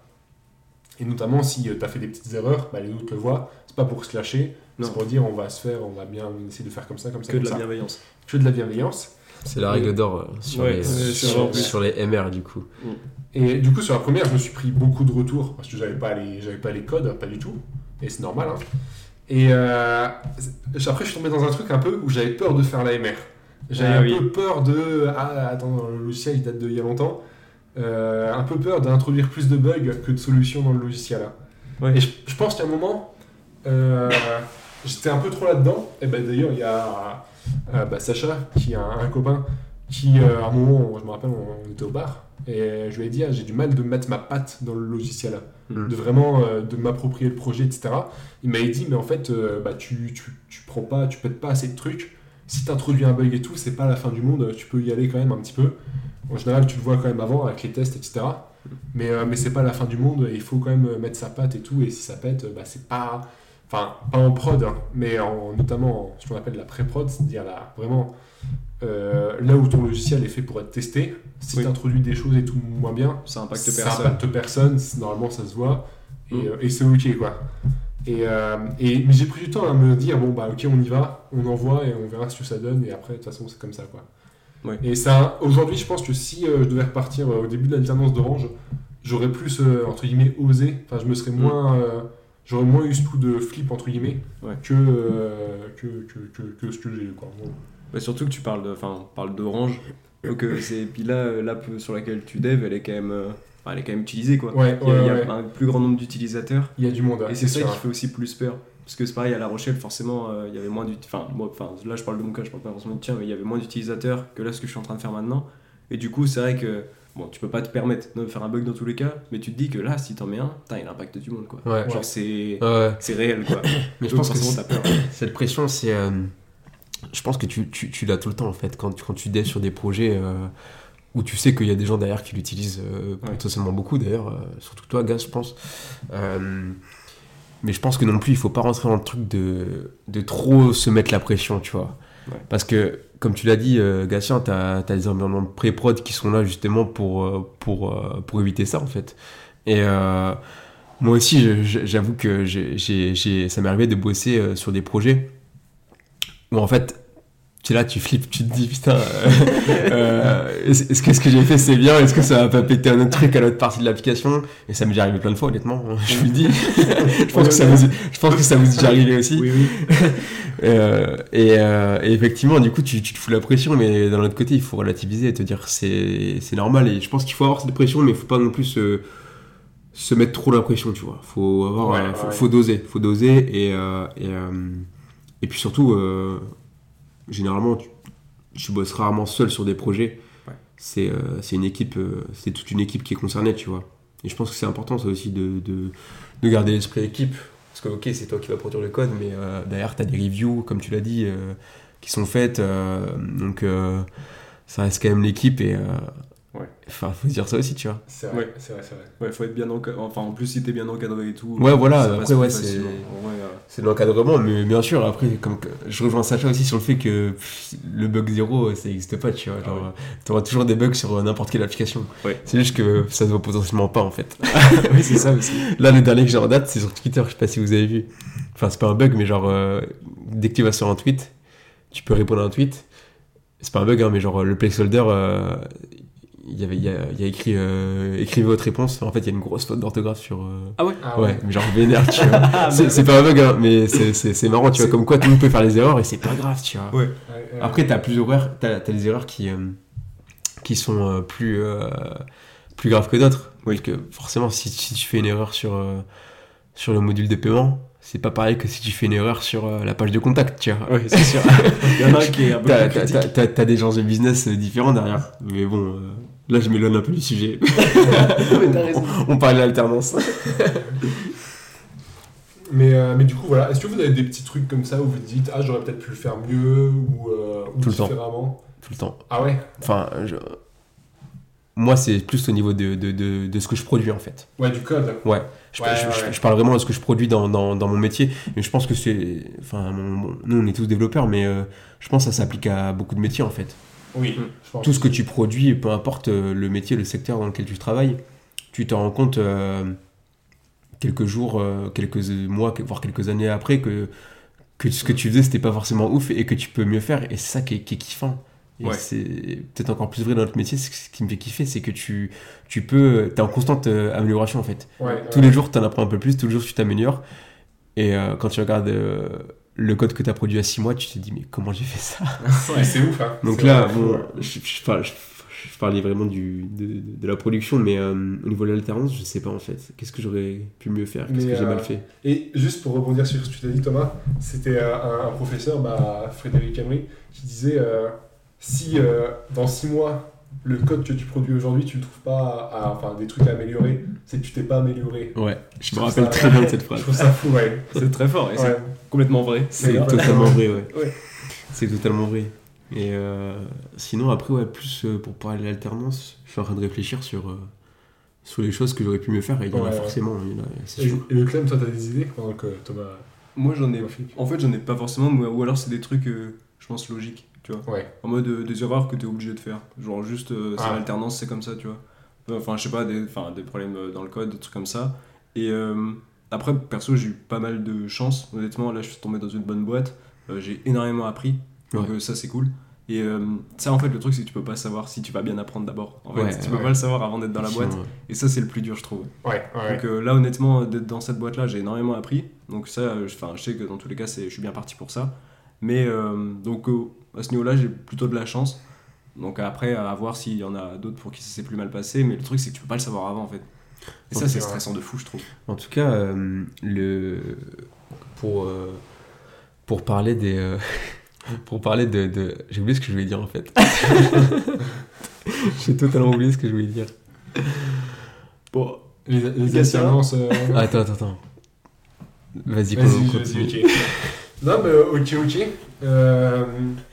A: Et notamment si tu as fait des petites erreurs, bah, les autres le voient, c'est pas pour se lâcher,
B: Non.
A: c'est pour dire on va se faire, on va bien essayer de faire comme ça, comme ça,
B: Que de
A: comme
B: la
A: ça.
B: bienveillance.
A: Que de la bienveillance.
C: C'est la règle d'or euh, sur,
B: Ouais,
C: les,
B: c'est- c'est
C: sur,
B: vrai.
C: sur les M R du coup.
A: Et du coup, sur la première, je me suis pris beaucoup de retours parce que j'avais pas les, j'avais pas les codes, pas du tout. Et c'est normal. Hein. Et euh, c'est- après, je suis tombé dans un truc un peu où j'avais peur de faire la M R. J'avais
B: Ah
A: un
B: oui.
A: peu peur de. Ah, attends, le logiciel il date d'il y a longtemps. Euh, un peu peur d'introduire plus de bugs que de solutions dans le logiciel. Hein.
B: Ouais.
A: Et je, je pense qu'à un moment, euh, j'étais un peu trop là-dedans. Et ben d'ailleurs, il y a euh, bah, Sacha, qui est un, un copain, qui euh, à un moment, je me rappelle, on, on était au bar. Et je lui ai dit, ah, j'ai du mal de mettre ma patte dans le logiciel,
C: Mm.
A: de vraiment euh, de m'approprier le projet, et cetera. Il m'avait dit, mais en fait, euh, bah, tu, tu, tu prends pas, tu pètes pas assez de trucs. Si tu introduis un bug et tout, c'est pas la fin du monde, tu peux y aller quand même un petit peu. En général, tu le vois quand même avant avec les tests, et cetera. Mais, euh, mais c'est pas la fin du monde, il faut quand même mettre sa patte et tout. Et si ça pète, bah, c'est pas. Enfin, pas en prod, hein, mais en, notamment en ce qu'on appelle la pré-prod, c'est-à-dire la, vraiment euh, là où ton logiciel est fait pour être testé. Si
B: Oui.
A: tu introduis des choses et tout moins bien,
B: Ça impacte
A: ça
B: personne.
A: impacte personne, c'est- normalement ça se voit, et,
B: Mm.
A: euh, et c'est ok quoi. Et, euh, et, mais j'ai pris du temps à me dire, bon bah ok on y va, on envoie et on verra ce que ça donne, et après de toute façon c'est comme ça quoi.
B: Ouais.
A: Et ça, aujourd'hui je pense que si euh, je devais repartir euh, au début de l'alternance d'Orange, j'aurais plus euh, entre guillemets osé, enfin je me serais moins, euh, j'aurais moins eu ce coup de flip entre guillemets
B: Ouais.
A: que, euh, que, que, que, que ce que j'ai eu quoi. Bon.
B: Bah, surtout que tu parles de, enfin, parles d'Orange. Donc euh, c'est puis là euh, l'app sur laquelle tu dev, elle est quand même, euh, enfin, elle est quand même utilisée quoi.
A: Ouais,
B: Il y a,
A: ouais,
B: il y a
A: ouais.
B: un plus grand nombre d'utilisateurs.
A: Il y a du monde.
B: Et c'est ça
A: sûr.
B: qui fait aussi plus peur. Parce que c'est pareil, à La Rochelle, forcément, euh, il y avait moins d'ut- enfin, moi, enfin, là je parle de mon cas, je parle pas forcément du tien, mais il y avait moins d'utilisateurs que là ce que je suis en train de faire maintenant. Et du coup, c'est vrai que bon, tu peux pas te permettre de faire un bug dans tous les cas, mais tu te dis que là, si t'en mets un, putain, il impacte du monde quoi.
C: Ouais.
B: Genre c'est
C: Ouais.
B: c'est réel quoi.
C: Mais je
B: Donc,
C: pense que
B: forcément,
C: c'est-
B: t'as peur.
C: cette pression, c'est. euh, je pense que tu, tu, tu l'as tout le temps en fait. Quand, quand tu devs sur des projets euh, où tu sais qu'il y a des gens derrière qui l'utilisent euh,
B: Ouais.
C: potentiellement beaucoup d'ailleurs, euh, surtout toi, Gaz, je pense. Euh, mais je pense que non plus, il faut pas rentrer dans le truc de, de trop se mettre la pression, tu vois.
B: Ouais.
C: Parce que, comme tu l'as dit, euh, Gatien, tu as des environnements de pré-prod qui sont là justement pour, euh, pour, euh, pour éviter ça, en fait. Et euh, moi aussi, je- je- j'avoue que j'ai, j'ai, j'ai- ça m'est arrivé de bosser euh, sur des projets où, en fait, tu es là, tu flippes, tu te dis, putain, euh, euh, est-ce est-ce que ce que j'ai fait, c'est bien? Est-ce que ça va pas péter un autre truc à l'autre partie de l'application? Et ça m'est déjà arrivé plein de fois, honnêtement, je vous le dis. je, pense que ça vous, je pense que ça vous est déjà arrivé aussi.
B: Oui, oui.
C: Euh, et, euh, et effectivement, du coup, tu, tu te fous la pression, mais d'un autre côté, il faut relativiser et te dire c'est c'est normal. Et je pense qu'il faut avoir cette pression, mais il faut pas non plus se, se mettre trop la pression, tu vois. Faut avoir,
A: Ouais,
C: euh, faut,
A: ouais.
C: faut doser, faut doser. Et euh, et, euh, et puis surtout, euh, généralement, tu, tu bosses rarement seul sur des projets.
B: Ouais.
C: C'est euh, c'est une équipe, euh, c'est toute une équipe qui est concernée, tu vois. Et je pense que c'est important, ça aussi, de, de, de garder l'esprit équipe. Parce que, ok, c'est toi qui vas produire le code, mais euh, derrière, tu as des reviews, comme tu l'as dit, euh, qui sont faites. euh, donc, euh, ça reste quand même l'équipe. Et, euh,
B: Ouais.
C: enfin, faut se dire ça aussi, tu vois.
A: C'est vrai,
B: Ouais.
A: c'est vrai, c'est vrai.
B: Ouais, faut être bien encadré. Enfin, en plus, si t'es bien encadré et tout.
C: Ouais, voilà,
B: ça
C: après,
B: passe plus
C: ouais, c'est-
B: facilement. En vrai, euh,
C: C'est de l'encadrement, mais bien sûr, après, comme que- je rejoins Sacha aussi sur le fait que pff, le bug zéro, ça n'existe pas, tu vois.
B: Ah
C: Genre, tu auras toujours des bugs sur euh, n'importe quelle application.
B: Ouais.
C: C'est juste que ça se voit potentiellement pas, en fait.
B: oui, c'est ça aussi.
C: Là, le dernier que j'ai en date, c'est sur Twitter, je sais pas si vous avez vu. Enfin, c'est pas un bug, mais genre, euh, dès que tu vas sur un tweet, tu peux répondre à un tweet. C'est pas un bug, hein, mais genre, le placeholder, euh, il y avait, il y a, il y a écrit, euh, écrivez votre réponse. En fait, il y a une grosse faute d'orthographe sur. euh,
B: Ah ouais
A: Ah
C: Ouais, mais genre vénère, tu vois. c'est c'est pas un bug, hein, mais c'est- c'est c'est marrant, tu vois.
B: C'est-
C: Comme quoi, tout le monde peut faire les erreurs et c'est pas grave, tu vois.
B: Ouais.
A: Ouais, ouais.
C: Après, t'as plusieurs erreurs, t'as t'as des erreurs qui, euh, qui sont euh, plus, euh, plus graves que d'autres.
B: Oui.
C: Parce que forcément, si, si tu fais une erreur sur, euh, sur le module de paiement, c'est pas pareil que si tu fais une erreur sur euh, la page de contact, tu vois.
B: Ouais, c'est sûr. Il y en a un qui est un peu
C: T'as
B: plus
C: t'as-
B: critique.
C: t'as- t'as- t'as des gens de business euh, différents derrière. Mais bon, euh, là, je m'éloigne un peu du sujet.
B: T'as raison.
C: On parlait de l'alternance.
A: Mais, euh, mais du coup, voilà, est-ce que vous avez des petits trucs comme ça où vous dites, ah, j'aurais peut-être pu le faire mieux ou, euh, ou
C: Tout le temps.
A: différemment?
C: Tout le temps.
A: Ah ouais?
C: Enfin, je- moi, c'est plus au niveau de, de, de, de ce que je produis, en fait.
A: Ouais, du code.
C: Ouais. Je,
A: Ouais,
C: je-
A: ouais,
C: je-
A: ouais.
C: je parle vraiment de ce que je produis dans, dans, dans mon métier. Mais je pense que c'est... Enfin, mon- mon- nous, on est tous développeurs, mais euh, je pense que ça s'applique à beaucoup de métiers, en fait.
A: Oui,
B: Mm.
A: je pense.
C: Tout ce que tu produis, peu importe euh, le métier, le secteur dans lequel tu travailles, tu te rends compte euh, quelques jours, euh, quelques mois, voire quelques années après que, que ce que tu faisais, c'était pas forcément ouf et que tu peux mieux faire. Et c'est ça qui est, qui est kiffant. Et
B: Ouais.
C: c'est peut-être encore plus vrai dans notre métier. C'est ce qui me fait kiffer, c'est que tu, tu peux... T'es en constante euh, amélioration, en fait.
A: Ouais,
C: Tous
A: ouais.
C: les jours, tu en apprends un peu plus, tous les jours, tu t'améliores. Et euh, quand tu regardes euh, le code que tu as produit à six mois, tu te dis, mais comment j'ai fait ça?
A: Ouais, c'est ouf, hein.
C: Donc
A: C'est
C: là,
A: vraiment
C: bon,
A: fou, ouais.
C: je, je, parle- je- je parlais vraiment du, de, de la production, mais euh, au niveau de l'alternance, je sais pas en fait. Qu'est-ce que j'aurais pu mieux faire? Qu'est-ce
A: Mais,
C: que j'ai
A: euh,
C: mal fait?
A: Et juste pour rebondir sur ce que tu as dit, Thomas, c'était euh, un, un professeur, bah, Frédéric Emery, qui disait euh, si euh, dans six mois, le code que tu produis aujourd'hui, tu ne trouves pas à- enfin, des trucs à améliorer, c'est que tu t'es pas amélioré.
C: Ouais, je me
A: trouve
C: rappelle
A: ça-
C: très bien de cette
A: Je
C: phrase.
A: trouve ça fou, ouais.
B: C'est très fort et c'est
A: Ouais.
B: complètement vrai.
C: C'est
A: Ouais.
C: totalement vrai, ouais.
A: Ouais.
C: C'est totalement vrai. Et euh, sinon, après, ouais, plus euh, pour parler de l'alternance, je suis en train de réfléchir sur, euh, sur les choses que j'aurais pu mieux faire. Et il y en a
A: Ouais, ouais.
C: forcément, il y en a, c'est
A: Et,
C: sûr.
A: et le Clem, toi, t'as des idées pendant que Thomas.
B: Moi, j'en ai. En fait, j'en ai pas forcément, mais- ou alors c'est des trucs, euh, je pense, logiques, tu vois.
A: Ouais.
B: En mode euh, des erreurs que t'es obligé de faire. Genre, juste, euh, c'est
A: Ah.
B: l'alternance, c'est comme ça, tu vois. Enfin, je sais pas, des, enfin, des problèmes euh, dans le code, des trucs comme ça. Et euh, après, perso, j'ai eu pas mal de chance. Honnêtement, là, je suis tombé dans une bonne boîte. Euh, j'ai énormément appris. Donc,
C: Ouais.
B: euh, ça, c'est cool. Et euh, ça, en fait, le truc, c'est que tu peux pas savoir si tu vas bien apprendre d'abord. En fait,
C: Ouais,
B: tu peux
A: ouais.
B: pas le savoir avant d'être dans la boîte.
C: Sinon, ouais.
B: Et ça, c'est le plus dur, je trouve.
A: Ouais, ouais.
B: Donc euh, là, honnêtement, d'être dans cette boîte-là, j'ai énormément appris. Donc ça, euh, je, 'fin, je sais que dans tous les cas, c'est- je suis bien parti pour ça. Mais euh, donc euh, à ce niveau-là, j'ai plutôt de la chance. Donc après, à voir s'il y en a d'autres pour qui ça s'est plus mal passé. Mais le truc, c'est que tu peux pas le savoir avant, en fait. Et ça,
C: Ok,
B: c'est
A: ouais.
B: stressant de fou, je trouve.
C: En tout cas, euh, le... pour, euh, pour parler des... euh, pour parler de... de... J'ai oublié ce que je voulais dire en fait. J'ai totalement oublié ce que je voulais dire.
B: Bon,
A: Les, les
B: Gatien.
A: alternances. euh,
C: Attends, attends, attends. Vas-y,
A: Vas-y,
C: on
A: vas-y,
C: continue.
A: ok. Non, mais euh, ok, ok. Euh,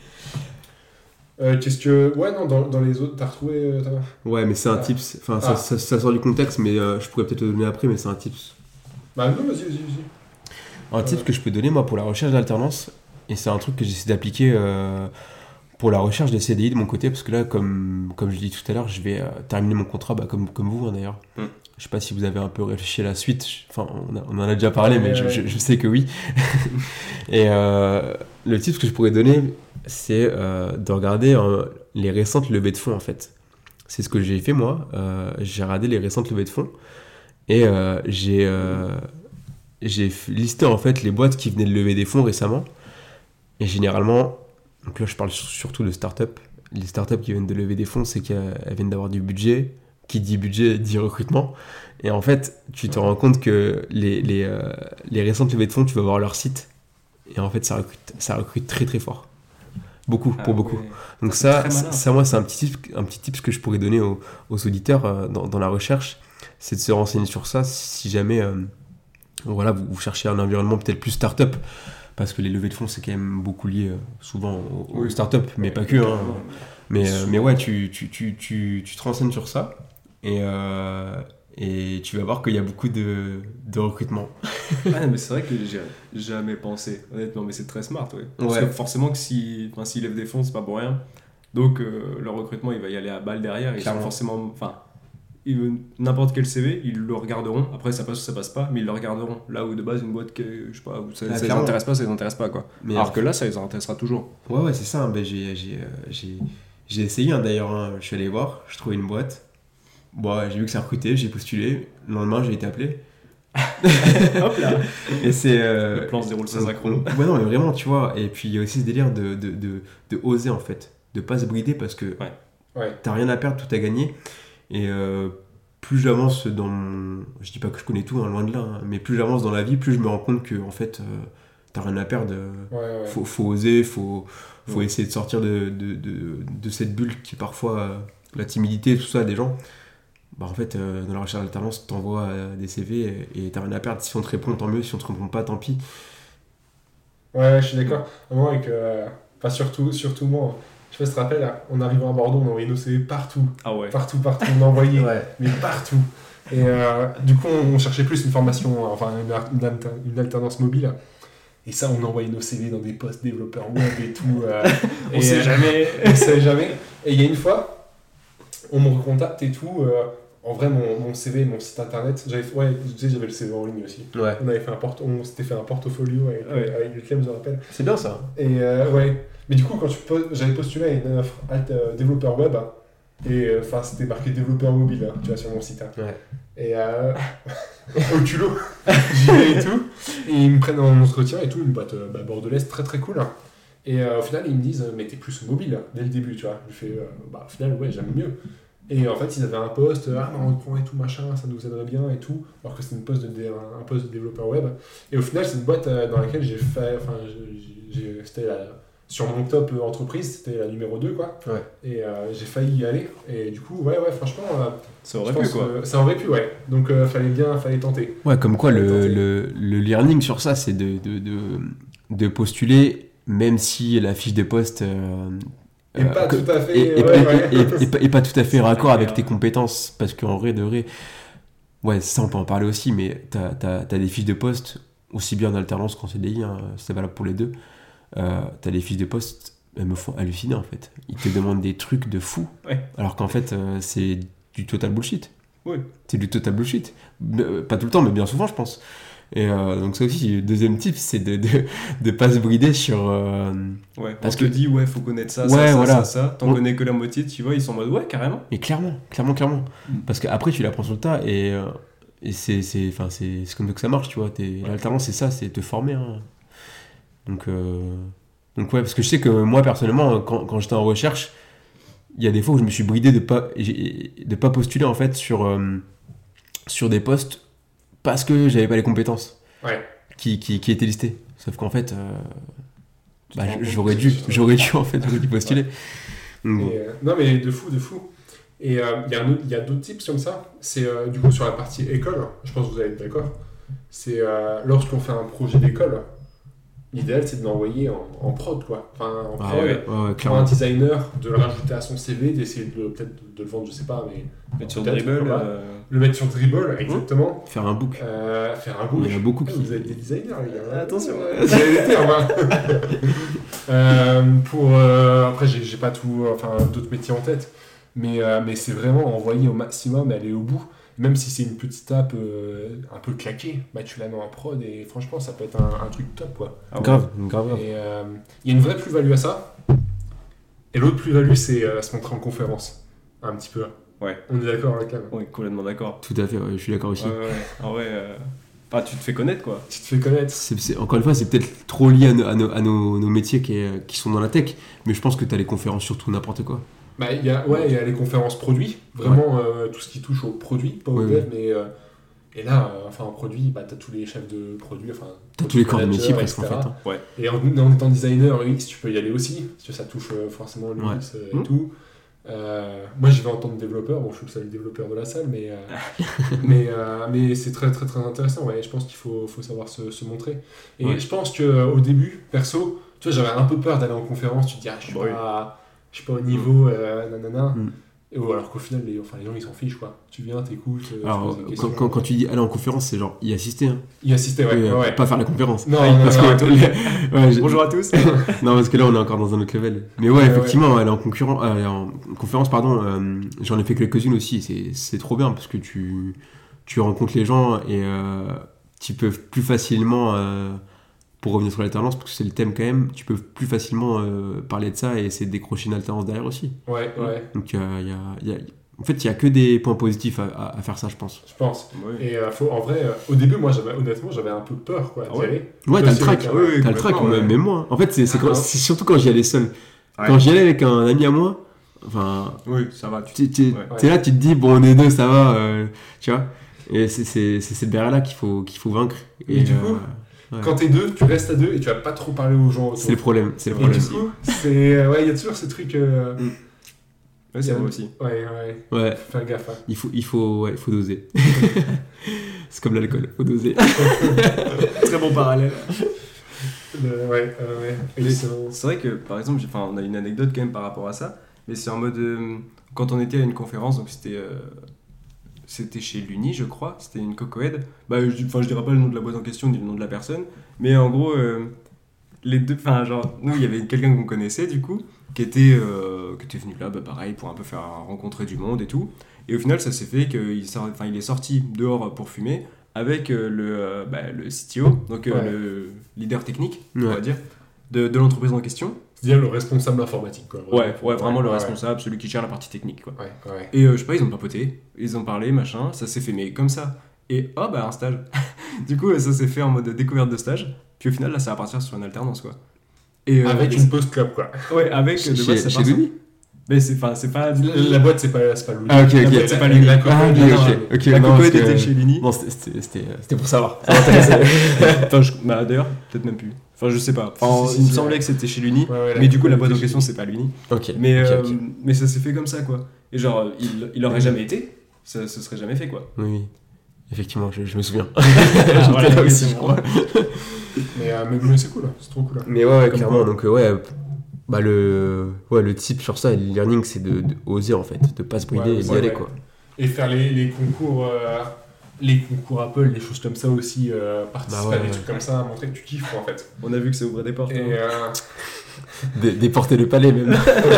A: euh, Qu'est-ce que. Ouais, non, dans, dans les autres, t'as retrouvé. euh, Thomas
C: Ouais, mais c'est un
A: Ah.
C: tips. Enfin, ça,
A: Ah.
C: ça, ça sort du contexte, mais euh, je pourrais peut-être le donner après, mais c'est un tips.
A: Bah, non, vas-y, vas-y, vas-y.
C: Un tips que je peux donner, moi, pour la recherche d'alternance, Et c'est un truc que j'essaie d'appliquer euh, pour la recherche des C D I de mon côté, parce que là, comme, comme je dis tout à l'heure, je vais euh, terminer mon contrat bah, comme, comme vous hein, d'ailleurs. Mm. Je sais pas si vous avez un peu réfléchi à la suite, enfin on, a, on en a déjà parlé, ouais, mais ouais. Je, je, je sais que oui. Et euh, le tips que je pourrais donner, c'est euh, de regarder euh, les récentes levées de fonds en fait. C'est ce que j'ai fait moi, euh, j'ai regardé les récentes levées de fonds et euh, j'ai, euh, j'ai listé en fait les boîtes qui venaient de lever des fonds récemment. Et généralement, donc là je parle surtout de start-up, les start-up qui viennent de lever des fonds, c'est qu'elles viennent d'avoir du budget. Qui dit budget dit recrutement. Et en fait, tu te rends compte que les, les, euh, les récentes levées de fonds, tu vas voir leur site. Et en fait, ça recrute, ça recrute très très fort. Beaucoup, ah, pour beaucoup. Ouais. Donc ça, ça, ça, moi, c'est un petit tip, un petit tip que je pourrais donner aux, aux auditeurs euh, dans, dans la recherche. C'est de se renseigner sur ça si jamais euh, voilà, vous, vous cherchez un environnement peut-être plus start-up. Parce que les levées de fonds, c'est quand même beaucoup lié euh, souvent aux, aux oui. start-up, mais ouais, pas que. Hein. Mais, euh, mais ouais, tu, tu, tu, tu, tu te renseignes sur ça. Et, euh, et tu vas voir qu'il y a beaucoup de, de recrutement.
B: Ah, mais c'est vrai que j'ai jamais pensé, honnêtement, mais c'est très smart, ouais. Parce ouais. que forcément, que si, enfin, s'ils lèvent des fonds, c'est pas pour rien. Donc, euh, le recrutement, il va y aller à balle derrière. Ils sont forcément, enfin, ils, n'importe quel C V, ils le regarderont. Après, ça passe ou ça passe pas, mais ils le regarderont. Là où de base, une boîte que, je sais pas, ça, ah, ça les intéresse pas, ça les intéresse pas, quoi. Mais alors que là, ça les intéressera toujours.
C: Ouais, ouais, c'est ça. Hein. Ben, j'ai, j'ai, j'ai, j'ai essayé, hein, d'ailleurs. Hein. Je suis allé voir, je trouvais une boîte. Bon, j'ai vu que ça recrutait, j'ai postulé. Le lendemain, j'ai été appelé.
B: Hop là.
C: Et c'est. Euh,
B: le plan se déroule sans accro.
C: Ouais, non, mais vraiment, tu vois. Et puis, il y a aussi ce délire de, de, de, de oser, en fait. De pas se brider parce que
B: ouais.
C: Ouais. T'as rien à perdre, tout à gagner. Et euh, plus j'avance dans mon. Je dis pas que je connais tout, hein, loin de là. Hein, mais plus j'avance dans la vie, plus je me rends compte que, en fait, euh, t'as rien à perdre.
A: Ouais, ouais.
C: Faut, faut oser, faut, faut ouais. essayer de sortir de, de, de, de cette bulle qui, parfois, euh, la timidité, tout ça, des gens. Bah en fait, euh, dans la recherche d'alternance, t'envoies euh, des C V et, et t'as rien à perdre. Si on te répond, tant mieux. Si on te répond pas, tant pis.
A: Ouais, je suis d'accord. À un moment, avec, euh, enfin, surtout, surtout moi, je sais pas si tu te rappelles, en arrivant à Bordeaux, on envoyait nos C V partout.
B: Ah ouais.
A: Partout, partout. On envoyait, ouais. mais partout. Et euh, du coup, on cherchait plus une formation, enfin, une, une, une alternance mobile. Et ça, on envoyait nos C V dans des postes développeurs web et tout. Euh,
B: on et, sait jamais.
A: on sait jamais. Et il y a une fois, on me recontacte et tout. Euh, En vrai, mon, mon C V, mon site internet, j'avais, ouais, je disais, j'avais le C V en ligne aussi.
C: Ouais.
A: On avait fait un porte, on s'était fait un portfolio avec, ouais. avec le Clem, je me rappelle.
C: C'est bien ça.
A: Et euh, ouais. Mais du coup, quand tu poses, j'avais postulé à une offre alt, euh, développeur web, et enfin, euh, c'était marqué développeur mobile, hein, tu vois, sur mon site. Hein.
C: Ouais.
A: Et euh, au culot, j'y vais et tout. Et ils me prennent en entretien et tout, une boîte euh, bah, bordelaise très très cool. Hein. Et euh, au final, ils me disent, mais t'es plus mobile hein, dès le début, tu vois. Je fais, euh, bah au final, ouais, j'aime mieux. Et en fait, ils avaient un poste, ah, on reprend et tout, machin, ça nous aiderait bien et tout, alors que c'était une poste de dé, un poste de développeur web. Et au final, c'est une boîte dans laquelle j'ai fait, enfin, j'ai, j'ai, c'était la, sur mon top entreprise, c'était la numéro deux, quoi.
C: Ouais.
A: Et euh, j'ai failli y aller. Et du coup, ouais, ouais, franchement, euh,
B: ça aurait pu, quoi.
A: Ça aurait pu, ouais. Donc, euh, fallait bien, fallait tenter.
C: Ouais, comme quoi, le, le, le learning sur ça, c'est de, de, de, de postuler, même si la fiche de poste. Euh,
A: Et pas
C: euh,
A: tout à fait,
C: et, et,
A: ouais,
C: et,
A: ouais.
C: Et, et, et, et pas tout à fait raccord avec tes compétences, parce qu'en vrai de vrai, ouais, ça on peut en parler aussi, mais t'as, t'as, t'as des fiches de poste, aussi bien en alternance qu'en C D I, hein, c'est valable pour les deux, euh, t'as des fiches de poste, elles me font halluciner en fait. Ils te demandent des trucs de fou,
B: ouais.
C: alors qu'en fait euh, c'est du total bullshit.
B: Oui.
C: C'est du total bullshit. Euh, pas tout le temps, mais bien souvent je pense. Et euh, donc ça aussi, le deuxième tip, c'est de de, de pas se brider sur... Euh,
B: ouais, parce que dit, ouais, faut connaître ça,
C: ouais,
B: ça, ça,
C: voilà.
B: ça, ça, t'en on... connais que la moitié, tu vois, ils sont en mode, ouais, carrément.
C: Mais clairement, clairement, clairement. Mm. Parce qu'après, tu l'apprends sur le tas, et, euh, et c'est, c'est, c'est, c'est comme ça que ça marche, tu vois. T'es, ouais. L'alternance, c'est ça, c'est te former. Hein. Donc, euh, donc ouais, parce que je sais que moi, personnellement, quand, quand j'étais en recherche, il y a des fois où je me suis bridé de pas, de pas postuler, en fait, sur, euh, sur des postes parce que j'avais pas les compétences.
A: Ouais.
C: Qui, qui, qui étaient listés. Sauf qu'en fait, euh, bah, j'aurais dû, j'aurais dû en fait, j'aurais dû postuler.
A: Ouais. Et, euh, non mais de fou, de fou. Et il euh, y, y a d'autres tips comme ça. C'est euh, du coup sur la partie école, je pense que vous allez être d'accord. C'est euh, lorsqu'on fait un projet d'école, l'idéal c'est de l'envoyer en, en prod, quoi. Enfin, en
C: Ah
A: prod,
C: ouais, ouais,
A: pour un
C: clairement.
A: designer, de le rajouter à son C V, d'essayer de le- peut-être de le vendre, je sais pas, mais
B: Mettre sur
A: peut-être,
B: Dribble.
A: voilà.
B: euh,
A: le mettre sur Dribble, exactement.
C: Faire un book.
A: Euh, faire un
C: Il
A: book.
C: y en a beaucoup
A: Ah,
C: qui.
A: Vous êtes des designers, les gars.
B: Attention.
A: Euh, Vous avez des termes, hein. Euh, pour, euh, après, j'ai, j'ai pas tout, enfin, d'autres métiers en tête. Mais, euh, mais c'est vraiment envoyer au maximum, aller au bout. Même si c'est une petite app euh, un peu claquée, bah, tu la mets en prod et franchement, ça peut être un, un truc top, quoi.
B: ah ouais.
C: Grave, grave, grave.
A: Et euh, il y a une vraie plus-value à ça. Et l'autre plus-value, c'est euh, se montrer en conférence. Un petit peu.
B: Ouais.
A: On est d'accord avec la
B: On est complètement d'accord.
C: Tout à fait, ouais, je suis d'accord aussi.
B: Ouais, ouais, ouais. En vrai, euh, enfin, tu te fais connaître quoi.
A: Tu te fais connaître.
C: C'est- c'est- encore une fois, c'est peut-être trop lié à, nos, à nos- à nos- nos métiers qui, est- qui sont dans la tech, mais je pense que tu as les conférences sur tout n'importe quoi.
A: Bah, il y a, ouais, il y a les conférences produits, vraiment euh, tout ce qui touche aux produits, pas aux
C: Oui,
A: devs, mais. euh, et là, euh, enfin, en produit, bah, tu as tous les chefs de produits, enfin.
C: Tu as tous les corps de
A: managers,
C: métier presque en
A: et
C: fait.
A: cetera.
C: hein.
A: Et en, en étant designer, oui, si tu peux y aller aussi, parce que ça touche euh, forcément l'U X euh, et
B: Mmh.
A: tout. Euh, moi, j'y vais en tant que développeur, bon, je suis le seul développeur de la salle, mais, euh, mais, euh, mais c'est très, très, très intéressant, ouais. Je pense qu'il faut, faut savoir se, se montrer. Et
C: Ouais.
A: je pense qu'au début, perso, tu vois, j'avais un peu peur d'aller en conférence, tu te dis, ah, je suis
B: Bah oui.
A: pas, je suis pas au niveau, euh, nanana.
C: Mm.
A: Et, ou alors qu'au final, les, enfin, les gens, ils s'en fichent, quoi. Tu viens, t'écoutes, euh, tu
C: Alors,
A: poses des
C: quand,
A: questions.
C: quand, quand tu dis aller en conférence, c'est genre y assister. Hein.
A: Y assister, ouais.
C: Oui,
A: ouais,
C: euh,
A: ouais.
C: Pas faire la conférence.
A: Non,
C: Ah,
A: non,
C: parce
A: non,
C: que-
A: non.
C: Ouais, j'ai-
B: Bonjour à tous.
C: Non, parce que là, on est encore dans un autre level. Mais ouais,
A: Ouais,
C: effectivement, aller en, concurrent, aller en conférence, pardon, euh, j'en ai fait quelques-unes aussi. C'est, c'est trop bien parce que tu, tu rencontres les gens et euh, tu peux plus facilement, euh, pour revenir sur l'alternance, parce que c'est le thème quand même, tu peux plus facilement euh, parler de ça et essayer de décrocher une alternance derrière aussi.
A: Ouais, ouais,
C: Donc, il y a, il y a- il y a- en fait, il n'y a que des points positifs à, à- à faire ça, je pense.
A: je pense.
B: Ouais.
A: Et euh, faut, en vrai, euh, au début, moi, j'avais, honnêtement, j'avais un peu peur, quoi,
B: Ah
A: d'y
B: ouais
A: aller.
C: Ouais,
A: Toi
C: t'as le
A: aussi,
C: track.
A: avec un-
B: Oui, oui,
C: T'as le track,
B: complètement,
C: même,
B: ouais.
C: même moi. En fait, c'est, c'est,
A: Ah,
C: quand-
A: non.
C: c'est surtout quand j'y allais seul.
B: Ouais.
C: Quand j'y allais avec un ami à moi, enfin,
B: Oui, ça va. Tu...
C: tu, tu-
B: Ouais.
C: t'es là, tu te dis, bon, on est deux, ça va, euh, tu vois. Et c'est, c'est, c'est cette barrière-là qu'il faut, qu'il faut vaincre.
A: Et du coup,
C: ouais.
A: Quand t'es deux, tu restes à deux et tu vas pas trop parler aux gens autour.
C: c'est le problème. C'est le
A: Et
C: problème.
A: du coup, c'est. euh, Ouais, il y a toujours ce truc. euh,
B: Ouais, c'est vrai aussi.
A: Ouais, ouais.
C: Ouais,
A: Faut faire gaffe. Hein.
C: il faut, il faut, ouais, il faut doser. C'est comme l'alcool, faut doser.
B: Très bon parallèle.
A: Le- Ouais, euh, ouais.
B: Mais
A: Excellent.
B: C'est vrai que, par exemple, j'ai- enfin, on a une anecdote quand même par rapport à ça, mais c'est en mode. euh, quand on était à une conférence, donc c'était. euh, C'était chez l'Uni, je crois, c'était une cocoed. Bah, je, enfin, je dirais pas le nom de la boîte en question ni le nom de la personne, mais en gros, euh, les deux. Enfin, genre, nous, il y avait quelqu'un qu'on connaissait, du coup, qui était, euh, qui était venu là, bah, pareil, pour un peu faire rencontrer du monde et tout. Et au final, ça s'est fait qu'il sort- enfin, il est sorti dehors pour fumer avec euh, le, euh, bah, le C T O, donc euh,
A: Ouais.
B: le leader technique, on
C: Ouais.
B: va dire, de, de l'entreprise en question.
A: C'est-à-dire le responsable informatique, quoi.
B: Ouais, ouais, vraiment le
A: ouais,
B: responsable, celui qui gère la partie technique, quoi.
A: Ouais, ouais.
B: Et euh, je sais pas, ils ont papoté, ils ont parlé, machin, ça s'est fait, mais comme ça. Et oh, bah un stage. Du coup, euh, ça s'est fait en mode découverte de stage, puis au final, là, ça va partir sur une alternance, quoi. Et, euh,
A: Avec
B: et-
A: une post-club, quoi.
B: Ouais, avec.
C: Chez,
B: de base, ça
C: chez
B: part sur-
C: Louis
B: Mais c'est pas, c'est pas.
A: La, la boîte, c'est pas, c'est pas Louis.
C: Ah, ok, ok.
A: La boîte,
B: C'est pas
A: la-
B: Louis.
A: la
C: Ah,
A: cocotte,
C: ok,
A: non,
C: ok.
A: non,
C: ok,
B: La
C: non,
B: cocotte
C: parce que-
B: était chez l'Uni.
C: Non, c'était, c'était, c'était, c'était pour savoir. Ça m'intéressait.
B: Attends, je... bah d'ailleurs, peut-être même plus. Enfin, je sais pas. Enfin,
A: Si, si,
B: il
A: si,
B: me semblait
A: ouais.
B: que c'était chez l'Uni.
A: Ouais, ouais,
B: Mais du coup, la
A: cocotte
B: boîte en
A: était
B: question,
A: chez-
B: c'est pas l'Uni.
C: Ok.
B: Mais,
C: ok,
B: euh,
C: ok.
B: mais ça s'est fait comme ça, quoi. Et genre, euh, il, il aurait jamais été, ça se serait jamais fait, quoi.
C: Oui, oui. Effectivement, je, je me souviens.
B: J'étais
C: J'étais là aussi, je crois.
A: Mais, euh, mais, mais c'est cool, c'est trop cool.
C: Mais ouais, ouais,
A: Comme
C: clairement.
A: quoi.
C: Donc, euh, ouais, bah, le, ouais, le tip sur ça, le learning, c'est de, de oser en fait, de pas se brider
A: Ouais,
C: et d'y
A: ouais,
C: aller
A: ouais.
C: quoi.
A: Et faire les, les concours, euh, les concours Apple, des choses comme ça aussi, euh, participer
C: Bah ouais,
A: à des
C: ouais.
A: trucs comme ça, montrer que tu kiffes, quoi, en fait.
B: On a vu que ça ouvrait des portes.
A: Et,
B: hein.
A: euh,
C: Dé- Déporter le palais même.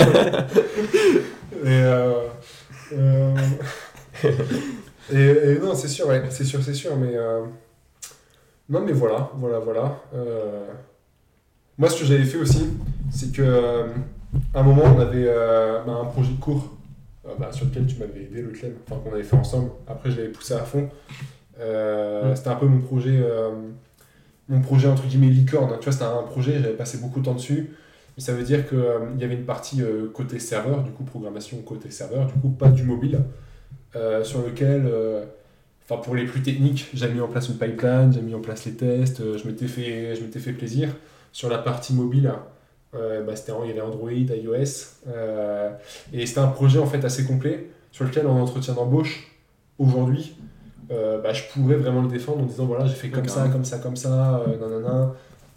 A: et, euh, euh, et, et non, c'est sûr, ouais, c'est sûr, c'est sûr, mais euh, non, mais voilà, voilà, voilà. Euh, moi, ce que j'avais fait aussi, c'est que euh, à un moment, on avait euh, bah, un projet de cours euh, bah, sur lequel tu m'avais aidé, le Clem, enfin qu'on avait fait ensemble. Après, je l'avais poussé à fond. Euh,
C: Mm.
A: C'était un peu mon projet, euh, mon projet entre guillemets licorne. Tu vois, c'était un projet, j'avais passé beaucoup de temps dessus. Mais ça veut dire qu'il y avait une partie euh, côté serveur, du coup programmation côté serveur, du coup pas du mobile, euh, sur lequel, euh, enfin pour les plus techniques, j'ai mis en place une pipeline, j'ai mis en place les tests, euh, je m'étais fait, je m'étais fait plaisir. Sur la partie mobile, euh, bah, c'était, il y avait Android, iOS, euh, et c'était un projet en fait assez complet sur lequel en entretien d'embauche, aujourd'hui, euh, bah, je pourrais vraiment le défendre en disant voilà j'ai fait comme
B: Ok.
A: ça, comme ça, comme ça, euh, nanana.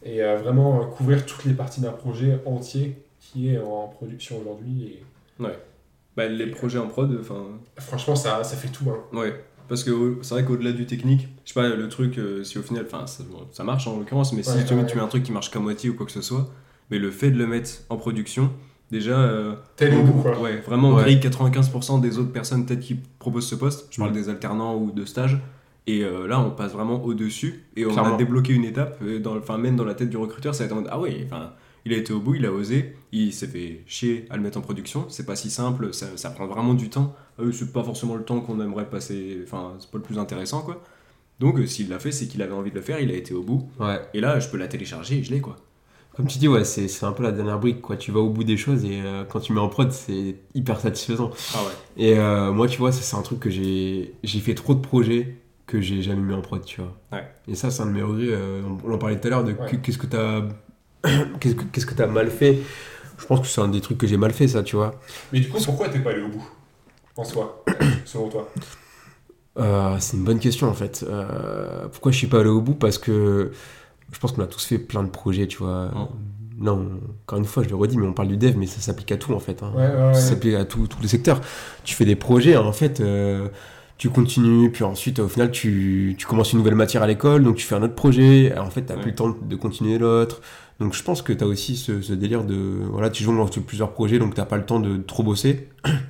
A: et euh, vraiment euh, couvrir toutes les parties d'un projet entier qui est en production aujourd'hui. Et...
B: Ouais. Bah, les projets en prod, enfin.
A: Franchement, ça, ça fait tout. Hein.
B: Ouais. Parce que c'est vrai qu'au-delà du technique, je sais pas, le truc, euh, si au final, enfin, ça, bon, ça marche en l'occurrence, mais si
A: Ouais,
B: tu,
A: ouais,
B: tu
A: ouais.
B: mets un truc qui marche qu'à moitié ou quoi que ce soit, mais le fait de le mettre en production, déjà. Euh,
A: T'es allé au bout, quoi.
B: Ouais, vraiment, on
C: Ouais.
B: grille quatre-vingt-quinze pour cent des autres personnes peut-être qui proposent ce poste. Je parle
C: Mm.
B: des alternants ou de stages. Et euh, là, on passe vraiment au-dessus. Et on
C: Clairement.
B: a débloqué une étape. Et dans, enfin, même dans la tête du recruteur, ça va être en mode ah ouais, enfin, il a été au bout, il a osé. Il s'est fait chier à le mettre en production. C'est pas si simple, ça, ça prend vraiment du temps. Euh, c'est pas forcément le temps qu'on aimerait passer. Enfin, c'est pas le plus intéressant, quoi. Donc, euh, s'il l'a fait, c'est qu'il avait envie de le faire, il a été au bout.
C: Ouais.
B: Et là, je peux la télécharger et je l'ai, quoi.
C: Comme tu dis, ouais, c'est, c'est un peu la dernière brique, quoi. Tu vas au bout des choses et euh, quand tu mets en prod, c'est hyper satisfaisant.
B: Ah ouais.
C: Et euh, moi, tu vois, ça, c'est un truc que j'ai... J'ai fait trop de projets que j'ai jamais mis en prod, tu vois.
B: Ouais.
C: Et ça, c'est un de mes regrets. euh, on en parlait tout à l'heure de
A: Ouais.
C: que- qu'est-ce que t'as... qu'est-ce que, qu'est-ce que t'as mal fait. Je pense que c'est un des trucs que j'ai mal fait, ça, tu vois.
A: Mais du coup, pourquoi t'es pas allé au bout en soi, selon toi?
C: Euh, c'est une bonne question, en fait. Euh, pourquoi je suis pas allé au bout? Parce que je pense qu'on a tous fait plein de projets, tu vois.
B: Mm.
C: Non, encore une fois, je le redis, mais on parle du dev, mais ça s'applique à tout, en fait. Hein.
A: Ouais, ouais, ouais.
C: Ça s'applique à tout- tous les secteurs. Tu fais des projets, en fait, euh, tu continues, puis ensuite, au final, tu, tu commences une nouvelle matière à l'école, donc tu fais un autre projet, et en fait, t'as
B: Ouais.
C: plus le temps de continuer l'autre. Donc je pense que t'as aussi ce, ce délire de... Voilà, tu jongles entre plusieurs projets, donc t'as pas le temps de trop bosser.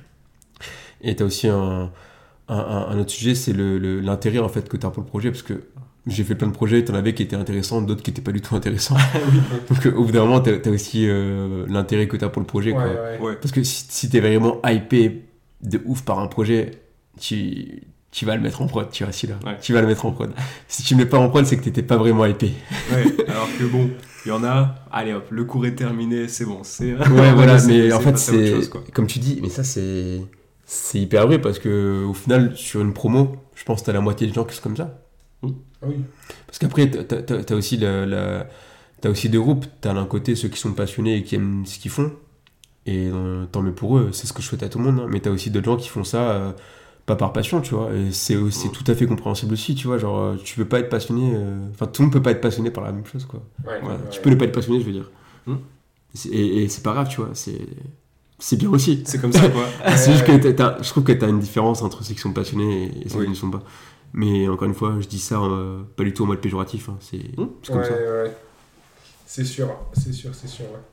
C: Et t'as aussi un, un, un- un autre sujet, c'est le, le- l'intérêt, en fait, que t'as pour le projet, parce que j'ai fait plein de projets, t'en avais qui étaient intéressants, d'autres qui étaient pas du tout intéressants. Donc euh, au bout d'un moment, t'as, t'as aussi euh, l'intérêt que t'as pour le projet,
A: Ouais,
C: quoi.
A: ouais.
B: Ouais.
C: Parce que si, si t'es vraiment hypé de ouf par un projet, tu, tu vas le mettre en prod, tu vois, celui-là.
B: Ouais.
C: Tu vas le mettre en prod. Si tu le mets pas en prod, c'est que t'étais pas vraiment hypé.
B: Ouais, alors que bon, il y en a, allez hop, le cours est terminé, c'est bon. C'est...
C: Ouais, voilà,
B: c'est-
C: mais
B: c'est
C: en fait,
B: passé à autre
C: c'est...
B: chose, quoi.
C: Comme tu dis, mais ça, c'est... C'est hyper vrai, parce que au final, sur une promo, je pense que t'as la moitié des gens qui sont comme ça.
A: Ah oui.
C: Parce qu'après, t'as, t'as, t'as aussi la, la- t'as aussi deux groupes. T'as d'un côté ceux qui sont passionnés et qui aiment ce qu'ils font. Et euh, tant mieux pour eux, c'est ce que je souhaite à tout le monde. hein. Mais t'as aussi d'autres gens qui font ça euh, pas par passion, tu vois. Et c'est, c'est tout à fait compréhensible aussi, tu vois. Genre, euh, tu peux pas être passionné... euh, Enfin, tout le monde peut pas être passionné par la même chose, quoi.
A: Ouais,
C: Voilà.
A: ouais,
C: Tu
A: ouais.
C: peux ne pas être passionné, je veux dire.
B: Hmm.
C: C'est- Et, et c'est pas grave, tu vois. C'est, c'est bien aussi.
B: C'est comme ça, quoi.
C: C'est juste que
A: Ouais.
C: t'as- t'as- je trouve que t'as une différence entre ceux qui sont passionnés et ceux
B: Oui.
C: qui ne sont pas. Mais encore une fois, je dis ça euh, pas du tout en mode péjoratif. hein. C'est,
B: Hmm.
C: c'est comme
A: Ouais,
C: ça.
A: ouais. C'est sûr, c'est sûr, c'est sûr. Ouais.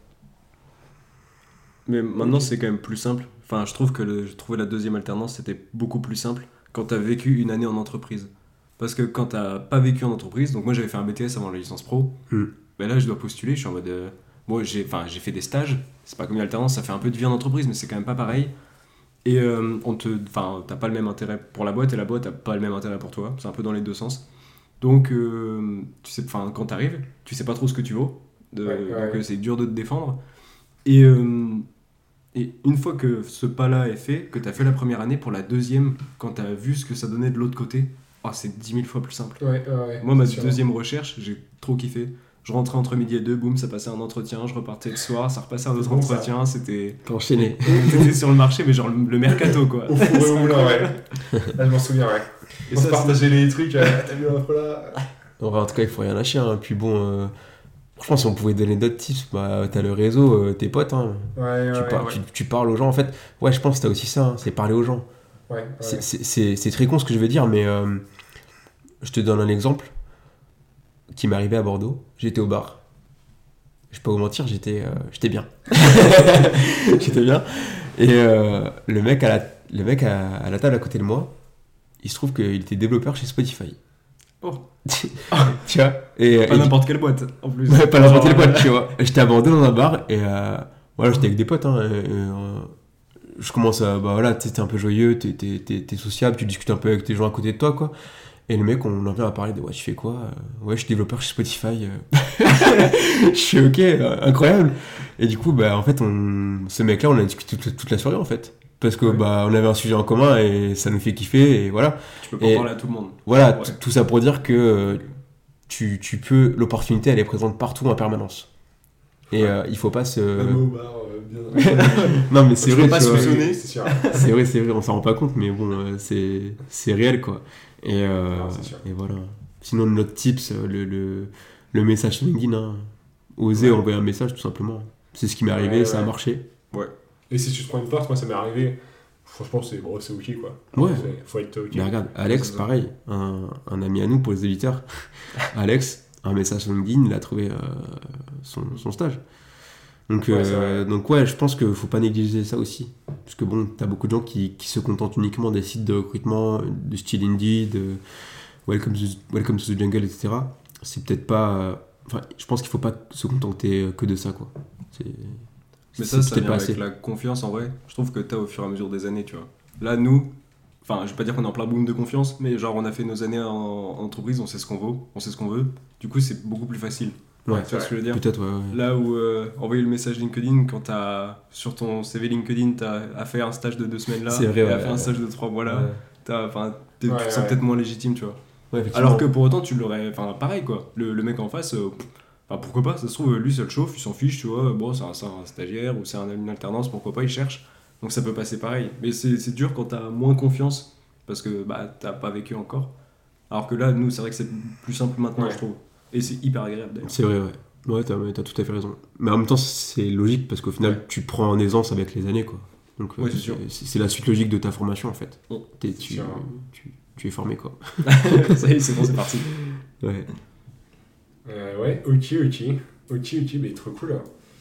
B: Mais maintenant,
A: Ok.
B: c'est quand même plus simple. Enfin, je trouve que le, je trouvais la deuxième alternance, c'était beaucoup plus simple quand t'as vécu une année en entreprise. Parce que quand t'as pas vécu en entreprise, donc moi j'avais fait un B T S avant la licence pro,
C: Hmm.
B: ben là je dois postuler, je suis en mode. Euh, bon, j'ai, enfin, j'ai fait des stages, c'est pas comme une alternance, ça fait un peu de vie en entreprise, mais c'est quand même pas pareil. Et euh, on te, enfin, t'as pas le même intérêt pour la boîte et la boîte a pas le même intérêt pour toi, c'est un peu dans les deux sens. Donc, euh, tu sais, enfin, quand t'arrives, tu sais pas trop ce que tu vaux, de-
A: Ouais, ouais,
B: donc
A: ouais.
B: euh, c'est dur de te défendre. Et, euh, et une fois que ce pas-là est fait, que t'as fait la première année, pour la deuxième, quand t'as vu ce que ça donnait de l'autre côté, oh, c'est dix mille fois plus simple.
A: Ouais, ouais, ouais,
B: Moi, ma
A: c'est sûr.
B: deuxième recherche, j'ai trop kiffé. Je rentrais entre midi et deux, boum, ça passait un entretien, je repartais le soir, ça repassait un autre
A: C'est bon, ça.
B: entretien, c'était...
C: T'as enchaîné.
B: T'étais sur le marché, mais genre le, le mercato, quoi.
A: Au four et
B: C'est
A: au moulin, ouais.
B: incroyable.
A: Là, je m'en souviens, ouais.
B: Et
A: On se
B: ça,
A: partageait les trucs, euh, t'as vu l'offre là?
C: En vrai, en tout cas, il faut rien lâcher. hein. Puis bon, euh, franchement, si on pouvait donner d'autres tips, bah, t'as le réseau, euh, tes potes. hein.
A: Ouais, ouais,
C: tu,
A: ouais.
C: par-
B: ouais.
C: tu, tu parles aux gens. En fait, ouais, je pense que t'as aussi ça. hein, c'est parler aux gens.
A: Ouais, ouais.
C: C'est, c'est, c'est, c'est très con ce que je vais dire, mais euh, je te donne un exemple qui m'est arrivé à Bordeaux. J'étais au bar. Je vais pas vous mentir, j'étais, euh, j'étais bien. j'étais bien. Et euh, le mec, à la, le mec à, à la table à côté de moi, il se trouve qu'il était développeur chez Spotify.
B: Oh.
C: Tu vois et,
B: Pas
C: et-
B: n'importe quelle boîte, en plus.
C: Ouais, pas n'importe quelle
B: Genre,
C: boîte, tu vois. J'étais à Bordeaux dans un bar et euh, voilà, j'étais avec des potes. Hein, et, et, euh, je commence à. Bah voilà, tu sais, t'es un peu joyeux, t'es, t'es, t'es, t'es sociable, tu discutes un peu avec tes gens à côté de toi, quoi. Et le mec, on en vient à parler de ouais, tu fais quoi Euh, Ouais, je suis développeur chez Spotify. euh. Je suis ok, euh, incroyable. Et du coup, bah en fait, on... ce mec-là, on a discuté toute, toute la soirée en fait. Parce que
A: Ouais.
C: bah on avait un sujet en commun et ça nous fait kiffer et voilà.
B: Tu peux pas
C: Et-
B: parler à tout le monde.
C: Voilà,
B: Ouais.
C: t- tout ça pour dire que euh, tu, tu peux, l'opportunité elle est présente partout en permanence. Et
B: Ouais.
C: euh, il faut pas se.
A: Même au bar, euh, bien.
C: non mais c'est
B: Tu
C: vrai,
B: peux pas
C: tu vois.
B: soupçonner.
A: C'est sûr.
C: c'est vrai, c'est vrai, on s'en rend pas compte, mais bon, euh, c'est, c'est réel quoi. Et, euh,
A: Non, c'est sûr.
C: et voilà. Sinon, notre tips, euh, le, le, le message sur LinkedIn, hein, Oser
A: Ouais.
C: envoyer un message, tout simplement. C'est ce qui m'est arrivé,
A: Ouais,
C: ça a
A: ouais.
C: marché.
A: Et si tu te prends une porte, moi ça m'est arrivé. Franchement, c'est bon, c'est ok quoi.
C: Ouais.
A: C'est- Faut être ok.
C: Mais regarde, Alex,
B: c'est ça.
C: pareil, un, un ami à nous pour les éditeurs. Alex, un message sur LinkedIn, il a trouvé euh, son, son stage. Donc,
A: Ouais,
C: euh,
A: c'est vrai.
C: donc ouais, je pense qu'il faut pas négliger ça aussi. Parce que bon, t'as beaucoup de gens qui, qui se contentent uniquement des sites de recrutement, de style Indeed, de Welcome to, Welcome to the Jungle, et cetera. C'est peut-être pas... euh, Enfin, je pense qu'il faut pas se contenter que de ça, quoi. C'est,
B: Mais
C: c'est
B: ça, ça
C: peut-être
B: vient
C: pas
B: avec
C: assez.
B: la confiance en vrai. Je trouve que t'as au fur et à mesure des années, tu vois. Là, nous, enfin, je vais pas dire qu'on est en plein boom de confiance, mais genre, on a fait nos années en, en entreprise, on sait ce qu'on veut, on sait ce qu'on veut. Du coup, c'est beaucoup plus facile.
C: Ouais,
B: Tu vois ce que je veux dire?
C: peut-être, ouais. ouais.
B: Là où euh, envoyer le message LinkedIn quand t'as sur ton C V LinkedIn t'as a fait un stage de deux semaines là,
C: C'est vrai,
B: et
C: ouais,
B: a fait un
C: ouais.
B: stage de trois mois là,
C: Ouais.
B: t'as, enfin, t'es-
A: Ouais,
B: tu te sens
A: ouais.
B: peut-être moins légitime, tu vois.
C: Ouais, effectivement.
B: Alors que pour autant tu l'aurais, enfin pareil quoi. Le, le mec en face, euh, pff, enfin, pourquoi pas? Ça se trouve lui ça le chauffe, il s'en fiche, tu vois. Bon c'est un, c'est un stagiaire ou c'est un, une alternance, pourquoi pas il cherche. Donc ça peut passer pareil. Mais c'est c'est dur quand t'as moins confiance parce que bah t'as pas vécu encore. Alors que là nous c'est vrai que c'est plus simple maintenant
A: Ouais.
B: je trouve. Et c'est hyper agréable d'ailleurs.
C: C'est vrai, ouais. Ouais, t'as, t'as tout à fait raison. Mais en même temps, c'est logique parce qu'au final,
B: Ouais.
C: tu prends en aisance avec les années, quoi. Donc, euh,
B: Ouais, c'est sûr.
C: c'est, c'est la suite logique de ta formation, en fait.
B: Mm.
C: T'es-
A: C'est
C: tu,
A: sûr.
C: tu, tu es formé, quoi.
B: Ça y est, c'est bon, c'est parti.
C: Ouais.
A: Euh, ouais, ok, ok. Ok, ok, mais trop cool.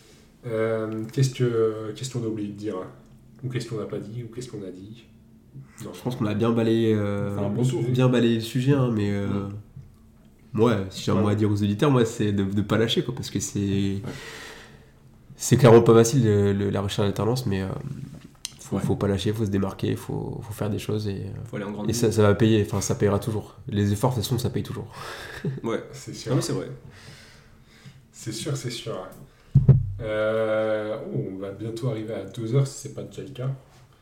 A: Euh, qu'est-ce, que, qu'est-ce qu'on a oublié de dire? Ou qu'est-ce qu'on n'a pas dit? Ou qu'est-ce qu'on a dit? Non.
C: Je pense qu'on a bien balayé, euh,
A: Enfin, un bon sujet.
C: bien balayé le sujet, hein, mais euh, ouais, si j'ai un
A: Ouais.
C: mot à dire aux auditeurs, moi, c'est de ne pas lâcher, quoi, parce que c'est c'est clairement pas facile le- le- la recherche d'alternance, mais euh, faut,
B: Ouais.
C: faut pas lâcher, faut se démarquer, faut, faut faire des choses et, euh,
B: Faut aller en grande
C: et ça, ça va payer, enfin ça payera toujours. Les efforts, de toute façon, ça paye toujours.
B: Ouais,
A: C'est sûr.
B: non, mais c'est vrai.
A: C'est sûr, c'est sûr. Euh, oh, on va bientôt arriver à deux heures si c'est pas déjà le cas.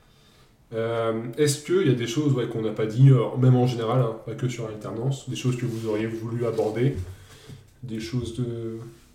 A: Euh, est-ce qu'il y a des choses ouais, qu'on n'a pas dit, euh, même en général, hein, pas que sur l'alternance, des choses que vous auriez voulu aborder, des choses de...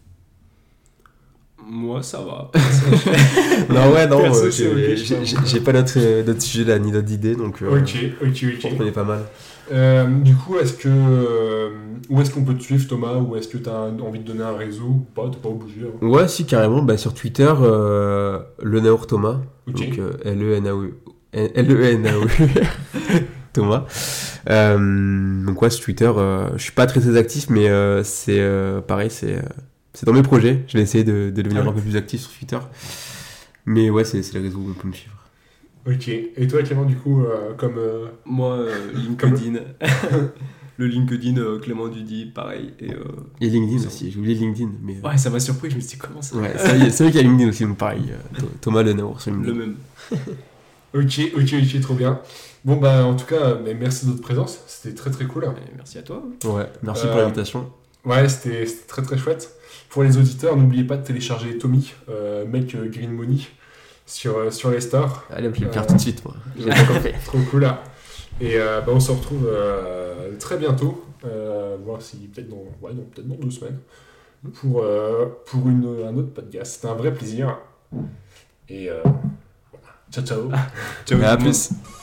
B: Moi, ça va.
C: Non, ouais, non,
A: Perso,
C: euh,
A: c'est ok,
C: j'ai,
A: je
C: j'ai,
A: t'avoue.
C: j'ai- j'ai pas d'autres, euh, d'autres sujets là, ni d'autres idées, donc euh,
A: Ok, ok,
C: je pense
A: ok.
C: qu'on est pas mal.
A: Euh, du coup, est-ce que... euh, où est-ce qu'on peut te suivre, Thomas? Ou est-ce que tu as envie de donner un réseau ou pas? T'es pas obligé. Hein.
C: Ouais, si, carrément, bah, sur Twitter, euh, le Naour Thomas,
A: Ok.
C: donc euh, L E N A O U L E N A O U Thomas. Euh, donc ouais, sur Twitter, euh, je suis pas très très actif, mais euh, c'est euh, pareil, c'est, euh, c'est dans mes projets. Je vais essayer de, de devenir
A: Ah ouais.
C: un peu plus actif sur Twitter. Mais ouais, c'est, c'est le réseau où on peut me suivre.
A: Ok. Et toi, Clément, du coup, euh, comme... euh,
B: Moi, euh, LinkedIn. Le LinkedIn, euh, Clément Dudy, pareil. Et, euh,
C: Et LinkedIn
B: Ça-
C: aussi, j'ai oublié LinkedIn. Mais, euh,
B: ouais, ça m'a surpris. Je me suis dit, comment ça?
C: ouais, c'est vrai c'est vrai qu'il y a LinkedIn aussi, donc pareil. euh, Th- Thomas Le Naour sur
B: Le
C: LinkedIn.
B: même.
A: Ok, ok, ok, trop bien. Bon, bah, en tout cas, mais merci de votre présence. C'était très, très cool.
B: Et merci à toi.
C: Ouais, merci
A: Euh,
C: pour l'invitation.
A: Ouais, c'était c'était très, très chouette. Pour les auditeurs, n'oubliez pas de télécharger Tommy, euh, mec euh, Green Money, sur, euh, sur les stores.
C: Allez, je vais le faire
A: euh,
C: tout de suite, moi. J'ai pas encore fait.
A: Trop cool. Là. Et euh, bah, on se retrouve euh, très bientôt, euh, voir si peut-être dans, ouais, non, peut-être dans deux semaines, pour, euh, pour une, un autre podcast. C'était un vrai plaisir. Et euh, voilà. Ciao, ciao.
B: Ciao,
C: Mais à
B: tout le monde.
C: plus.